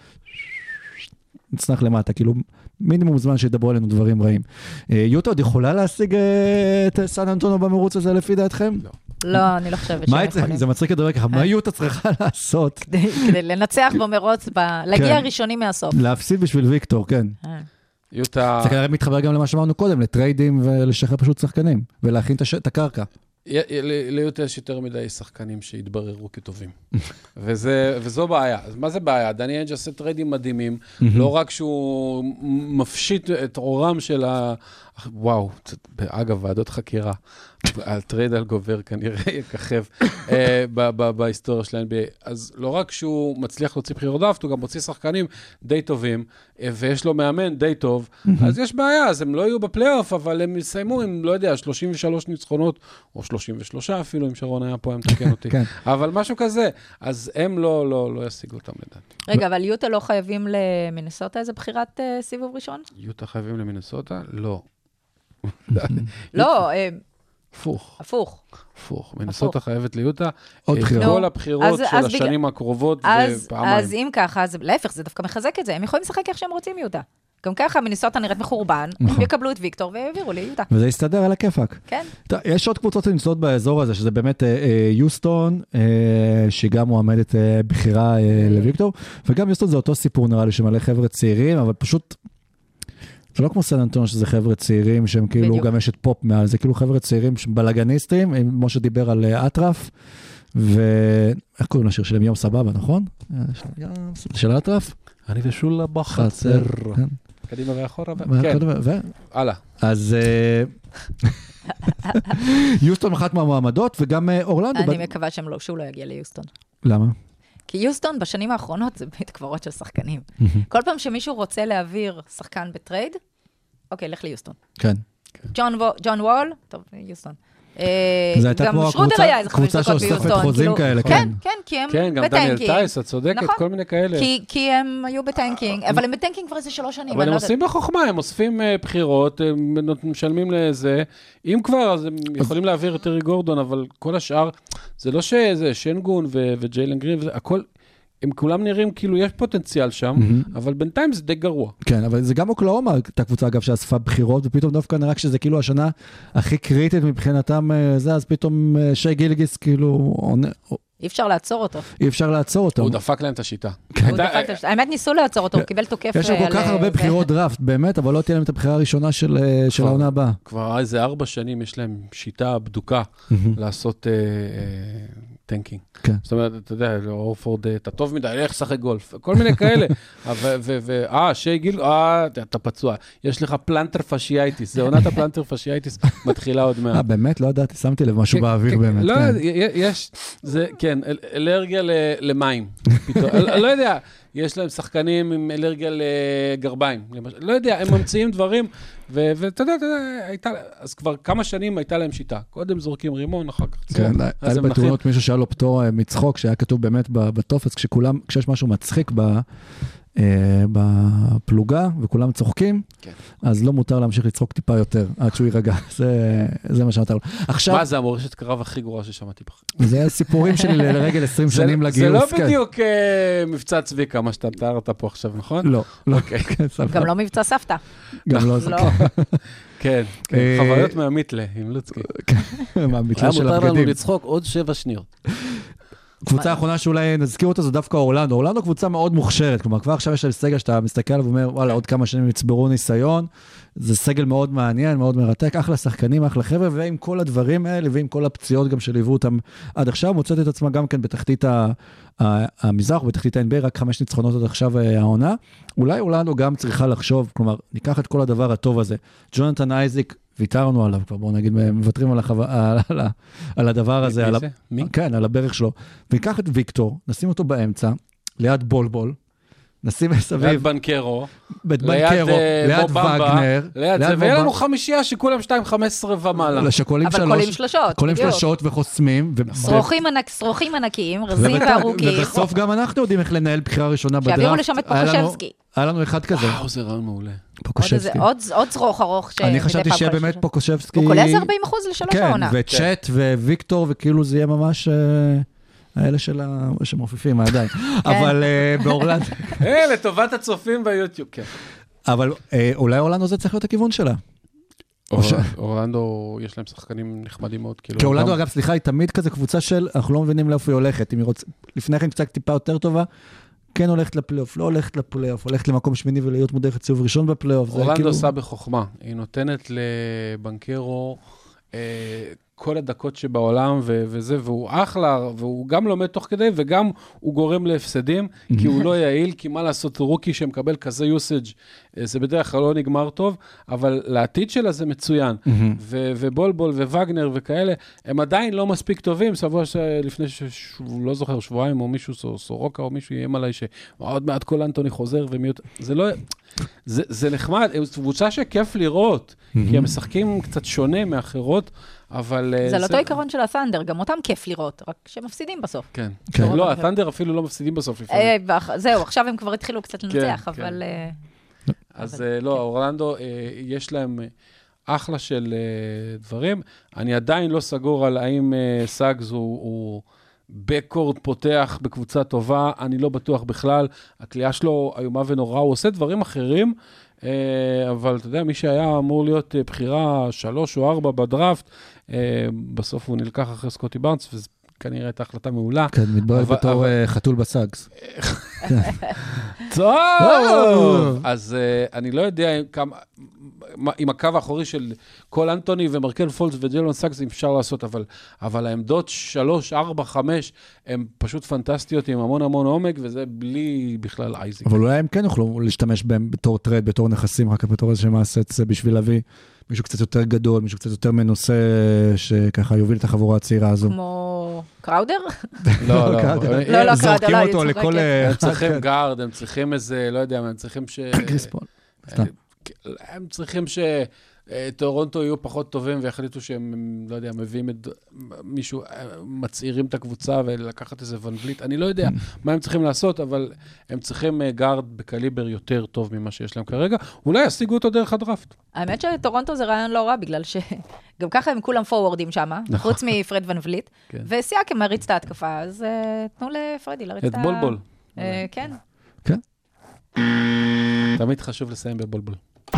נצנח למטה, כאילו מינימום זמן שידברו עלינו דברים רעים. יוטה עוד יכולה להשיג את סן אנטונו במרוץ הזה לפי דעתכם? לא. לא, אני לא חושבת שהם יכולים. זה מצחיק לדבר ככה, מה יוטה צריכה לעשות? כדי לנצח במרוץ, להגיע ראשונים מהסוף. להפסיד בשביל ויקטור, כן. יוטה... זה כנראה מתחבר גם למה שאמרנו קודם, לטריידים ולשחרר פשוט שחקנים, ולהכין את הקרקע. ליוטה יש יותר מדי שחקנים שהתבררו כטובים. וזו בעיה. אז מה זה בעיה? דני אינג' עושה טריידים מדהימים, לא רק שהוא מפשיט את עורם של וואו, אגב, ועדות חקירה, הטרייד על גובר כנראה יככב בהיסטוריה של ה-NBA. אז לא רק שהוא מצליח להוציא בחירות דראפט, הוא גם מוציא שחקנים די טובים, ויש לו מאמן די טוב, אז יש בעיה, אז הם לא יהיו בפלייאוף, אבל הם יסיימו עם, לא יודע, 33 ניצחונות, או 33 אפילו, אם שרון היה פה, הם תקן אותי. אבל משהו כזה, אז הם לא ישיגו אותם לדעת. רגע, אבל יוטה לא חייבים למינסוטה איזה בחירת סיבוב ראשון? יוטה חייבים למינסוטה? לא. לא, הפוך. מינסוטה חייבת ליוטה את כל הבחירות של השנים הקרובות ופעמיים. אז אם ככה, להפך, זה דווקא מחזק את זה. הם יכולים לשחק איך שהם רוצים יוטה. גם ככה מינסוטה נראית מחורבן, הם יקבלו את ויקטור והעבירו ליוטה. וזה יסתדר על הכיפק. כן. יש עוד קבוצות שנמצאות באזור הזה, שזה באמת יוסטון, שגם מועמדת בחירה לויקטור, וגם יוסטון זה אותו סיפור נראה לי, שמלא חבר'ה צעירים, אבל פשוט... זה לא כמו סן אנטונו, שזה חבר'ה צעירים, שהם כאילו גם יש את פופ מעל, זה כאילו חבר'ה צעירים בלגניסטים, כמו שדיבר על אטרף, ואיך קוראים לשיר שלהם? יום סבבה, נכון? של אטרף? אני ושולה בחצר. קדימה ואחורה. כן. הלאה. אז יוסטון אחת מהמועמדות, וגם אורלנדו. אני מקווה שהוא לא יגיע ליוסטון. למה? כי יוסטון בשנים האחרונות זה בית קברות של שחקנים. כל פעם שמישהו רוצה להעביר שחקן בטרייד, אוקיי, לך ליוסטון. כן. ג'ון וול, טוב, יוסטון. זה הייתה כמו הקבוצה שאוספת חוזים כאלה, כן. כן, כי הם בטנקינג. כן, גם דניאל טייס, את צודקת, כל מיני כאלה. כי הם היו בטנקינג, אבל הם בטנקינג כבר איזה 3 שנים. אבל הם עושים בחוכמה, הם אוספים בחירות, הם משלמים לזה, אם כבר, אז הם יכולים להעביר את טרי גורדון, אבל כל השאר, זה לא שזה, שנגון וג'יילן גרין, הכל... הם כולם נראים כאילו יש פוטנציאל שם, אבל בינתיים זה די גרוע. כן, אבל זה גם אוקלאומה, הייתה קבוצה אגב שאספה בחירות, ופתאום דווקא נראה שזה כאילו השנה הכי קריטית מבחינתם, אז פתאום שי גילגיס כאילו... אי אפשר לעצור אותו. אי אפשר לעצור אותו. הוא דפק להם את השיטה. האמת ניסו לעצור אותו, הוא קיבל תוקף... יש כל כך הרבה בחירות דראפט, באמת, אבל לא תהיה להם את הבחירה הראשונה של העונה הבאה. כבר איזה 4 שנים יש להם שיטה בדוקה לעשות טנקינג. כן. זאת אומרת, אתה יודע, אורפורד, אתה טוב מדי, לך שחק גולף, כל מיני כאלה. שי גיל, אתה פצוע. יש לך פלנטר פשיאייטיס, זה עונת הפלנטר פשיאייטיס, מתחילה עוד מעט. באמת? לא ידעתי, שמתי לב משהו באוויר באמת. לא, יש, זה, כן, אלרגיה למים. לא יודע, יש להם שחקנים עם אלרגיה לגרביים. לא יודע, הם ממציאים דברים, ואתה יודע, אז כבר כמה שנים הייתה להם שיטה. קודם זורקים רימון, אחר כך צרום. כן, היה בתאונות מישהו שהיה לו פטור מצחוק, שהיה כתוב באמת בטופס, כשיש משהו מצחיק בפלוגה, וכולם צוחקים, אז לא מותר להמשיך לצחוק טיפה יותר, עד שהוא יירגע. זה מה שמותר לו. מה זה המורשת קרב הכי גרוע ששמעתי בך? זה הסיפורים שלי לרגל 20 שנים לגיוס. זה לא בדיוק מבצע צביקה, מה שאתה תארת פה עכשיו, נכון? לא. גם לא מבצע סבתא. גם לא. כן, חוויות מהמיתלה, עם לוצקי. מהמיתלה של הבגדים. היה מותר לנו הבגדים. לצחוק עוד 7 שניות. קבוצה האחרונה שאולי נזכיר אותה זו דווקא אורלנדו. אורלנדו קבוצה מאוד מוכשרת, כלומר כבר עכשיו יש על סגל שאתה מסתכל עליו ואומר, וואלה, עוד כמה שנים יצברו ניסיון, זה סגל מאוד מעניין, מאוד מרתק, אחלה שחקנים, אחלה חבר'ה, ועם כל הדברים האלה, ועם כל הפציעות גם שליוו אותם עד עכשיו, מוצאת את עצמה גם כן בתחתית המזרח, בתחתית ה-NBA, רק 5 ניצחונות עד עכשיו העונה. אולי אורלנדו גם צריכה לחשוב, כלומר, ניקח את כל הדבר הטוב הזה. ג'ונתן אייזיק, ויתרנו עליו, כבר בואו נגיד, מוותרים על הדבר הזה, כן, על הברך שלו, ויקח את ויקטור, נשים אותו באמצע, ליד בולבול, נשים מסביב, ליד בנקרו, ליד וגנר, ליד זה, ויהיה לנו 5 שכולם 2-15 ומעלה. אבל קולים שלשות. קולים שלשות וחוסמים. שרוכים ענקיים, רזים וארוכים. ובסוף גם אנחנו יודעים איך לנהל בחירה ראשונה בדראפט. שיביאו לשם את פוקושבסקי. היה לנו אחד כזה. וואו, זה רעיון מעולה. פוקושבסקי. עוד צרוך ארוך. אני חשבתי שיהיה באמת פוקושבסקי. הוא קולע 40% לשלוש העונה. כן, וצ'אט וויקטור, וכאילו זה יהיה ממש... האלה שמעופפים, עדיין. אבל באורלנדו... לטובת הצופים ביוטיוב, כן. אבל אולי אורלנדו זה צריך להיות הכיוון שלה. אורלנדו, יש להם שחקנים נחמדים מאוד. כי אורלנדו, אגב, סליחה, היא תמיד כזה קבוצה של, אנחנו לא מבינים לאיפה היא הולכת. לפני כן קצת טיפה יותר טובה, כן הולכת לפלייאוף, לא הולכת לפלייאוף, הולכת למקום שמיני ולהיות מודחת סיבוב ראשון בפלייאוף. אורלנדו עושה בחוכמה. היא נותנת לבנקרו כל הדקות שבעולם וזה, והוא אחלה, והוא גם לומד תוך כדי, וגם הוא גורם להפסדים, כי הוא לא יעיל, כי מה לעשות רוקי שמקבל כזה יוסאג' זה בדרך כלל לא נגמר טוב, אבל לעתיד שלה זה מצוין, ובולבול ווגנר וכאלה, הם עדיין לא מספיק טובים, שבוע לפני לא זוכר שבועיים, או מישהו סורוקה, או מישהו יהיה עליי שעוד מעט כל אנטוני חוזר, זה לא... זה נחמד, זו קבוצה שכיף לראות, כי הם משחקים קצת שונה מאחרות, אבל... זה לא אותו עיקרון של הסנדר, גם אותם כיף לראות, רק שמפסידים בסוף. כן. לא, הסנדר אפילו לא מפסידים בסוף. זהו, עכשיו הם כבר התחילו קצת לנצח, אבל... אז לא, אורלנדו, יש להם אחלה של דברים. אני עדיין לא סגור על האם סאגס הוא בקורד פותח בקבוצה טובה, אני לא בטוח בכלל. הקליעה שלו איומה ונורא, הוא עושה דברים אחרים, אבל אתה יודע, מי שהיה אמור להיות בחירה 3 או 4 בדראפט, בסוף הוא נלקח אחרי סקוטי בארנס, וזה כנראה הייתה החלטה מעולה. כן, מתברר בתור חתול בסאגס. טוב! אז אני לא יודע עם הקו האחורי של קול אנטוני ומרקל פולץ וג'לון סאגס, אפשר לעשות, אבל העמדות 3, 4, 5, הן פשוט פנטסטיות עם המון המון עומק, וזה בלי בכלל אייזיק. אבל אולי הם כן יוכלו להשתמש בהם בתור טרד, בתור נכסים, רק בתור איזה שמעשה את זה בשביל להביא מישהו קצת יותר גדול, מישהו קצת יותר מנוסה, שככה יוביל את החבורה הצעירה הזו. כמו קראודר? לא, לא. לא, זורקים אותו לכל... הם צריכים גארד, הם צריכים איזה, לא יודע, הם צריכים קריספול. הם צריכים שטורונטו יהיו פחות טובים, והחליטו שהם, לא יודע, מביאים את מישהו, מצעירים את הקבוצה ולקחת איזה ונבליט. אני לא יודע מה הם צריכים לעשות, אבל הם צריכים גארד בקליבר יותר טוב ממה שיש להם כרגע. אולי ישיגו אותו דרך הדראפט. האמת שטורונטו זה רעיון לא רע, בגלל שגם ככה הם כולם פורורדים שם, חוץ מפרד ונבליט, וסייקם מריץ את ההתקפה, אז תנו לפרדי להריץ את בולבול. כן. כן. תמיד חשוב לסיים בבולבול.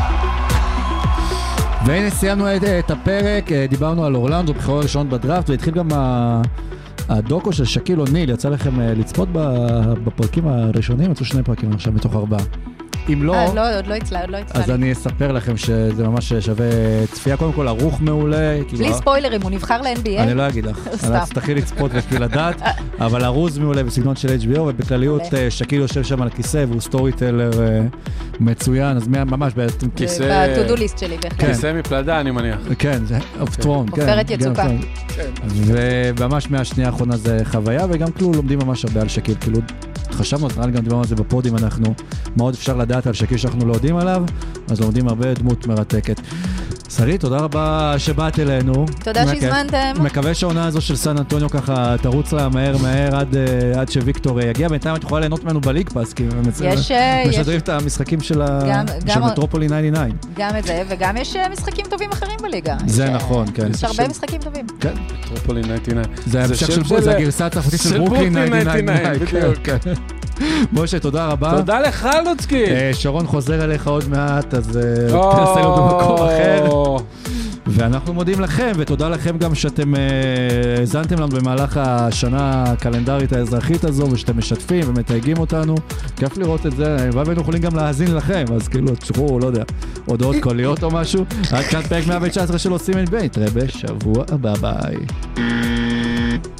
והנה סיימנו את הפרק, דיברנו על אורלנדו, בחירה ראשון בדראפט, והתחיל גם הדוקו של שקיל אוניל, יצא לכם לצפות בפרקים הראשונים, יצאו 2 פרקים עכשיו מתוך 4. אם לא... עוד לא יצא לי. אז אני אספר לכם שזה ממש שווה צפייה. קודם כל, ערוך מעולה. בלי ספוילרים, הוא נבחר ל-NBA? אני לא אגיד לך. אז תתחיל לצפות בשביל לדעת, אבל ארוז מעולה בסגנון של HBO, ובכלליות שקיל יושב שם על הכיסא, והוא סטורי טלר מצוין, אז ממש בעצם... בטודו ליסט שלי, בהחלט. כיסא מפלדה, אני מניח. כן, זה אופטרון. עופרת יצוקה. וממש מהשנייה האחרונה זה חוויה, וגם כאילו לומדים ממש הרבה על שקיל, כאילו חשבנו, נראה לי גם דיברנו על זה בפודים, אנחנו מאוד אפשר לדעת על שקיל שאנחנו לא יודעים עליו, אז לומדים הרבה דמות מרתקת. שרית, תודה רבה שבאת אלינו. תודה שהזמנתם. מקווה שהעונה הזו של סן אנטוניו ככה תרוץ לה מהר עד שוויקטור יגיע. בינתיים את יכולה ליהנות ממנו בליג פאס, כי משדרים את המשחקים של מטרופולי 99. גם את זה, וגם יש משחקים טובים אחרים בליגה. זה נכון, כן. יש הרבה משחקים טובים. כן. מטרופולי 99. זה המשך זה הגרסה הצרפתית של ברוקלין 99. משה, תודה רבה. תודה לך, לוצקי. שרון חוזר אליך עוד מעט, אז תנסה לו במקום אחר. ואנחנו מודים לכם, ותודה לכם גם שאתם הזנתם לנו במהלך השנה הקלנדרית האזרחית הזו, ושאתם משתפים ומתייגים אותנו. כיף לראות את זה, והיינו יכולים גם להאזין לכם, אז כאילו תשכחו, לא יודע, הודעות קוליות או משהו. עד כאן פרק 119 של עושים NBA, נתראה בשבוע הבא, ביי.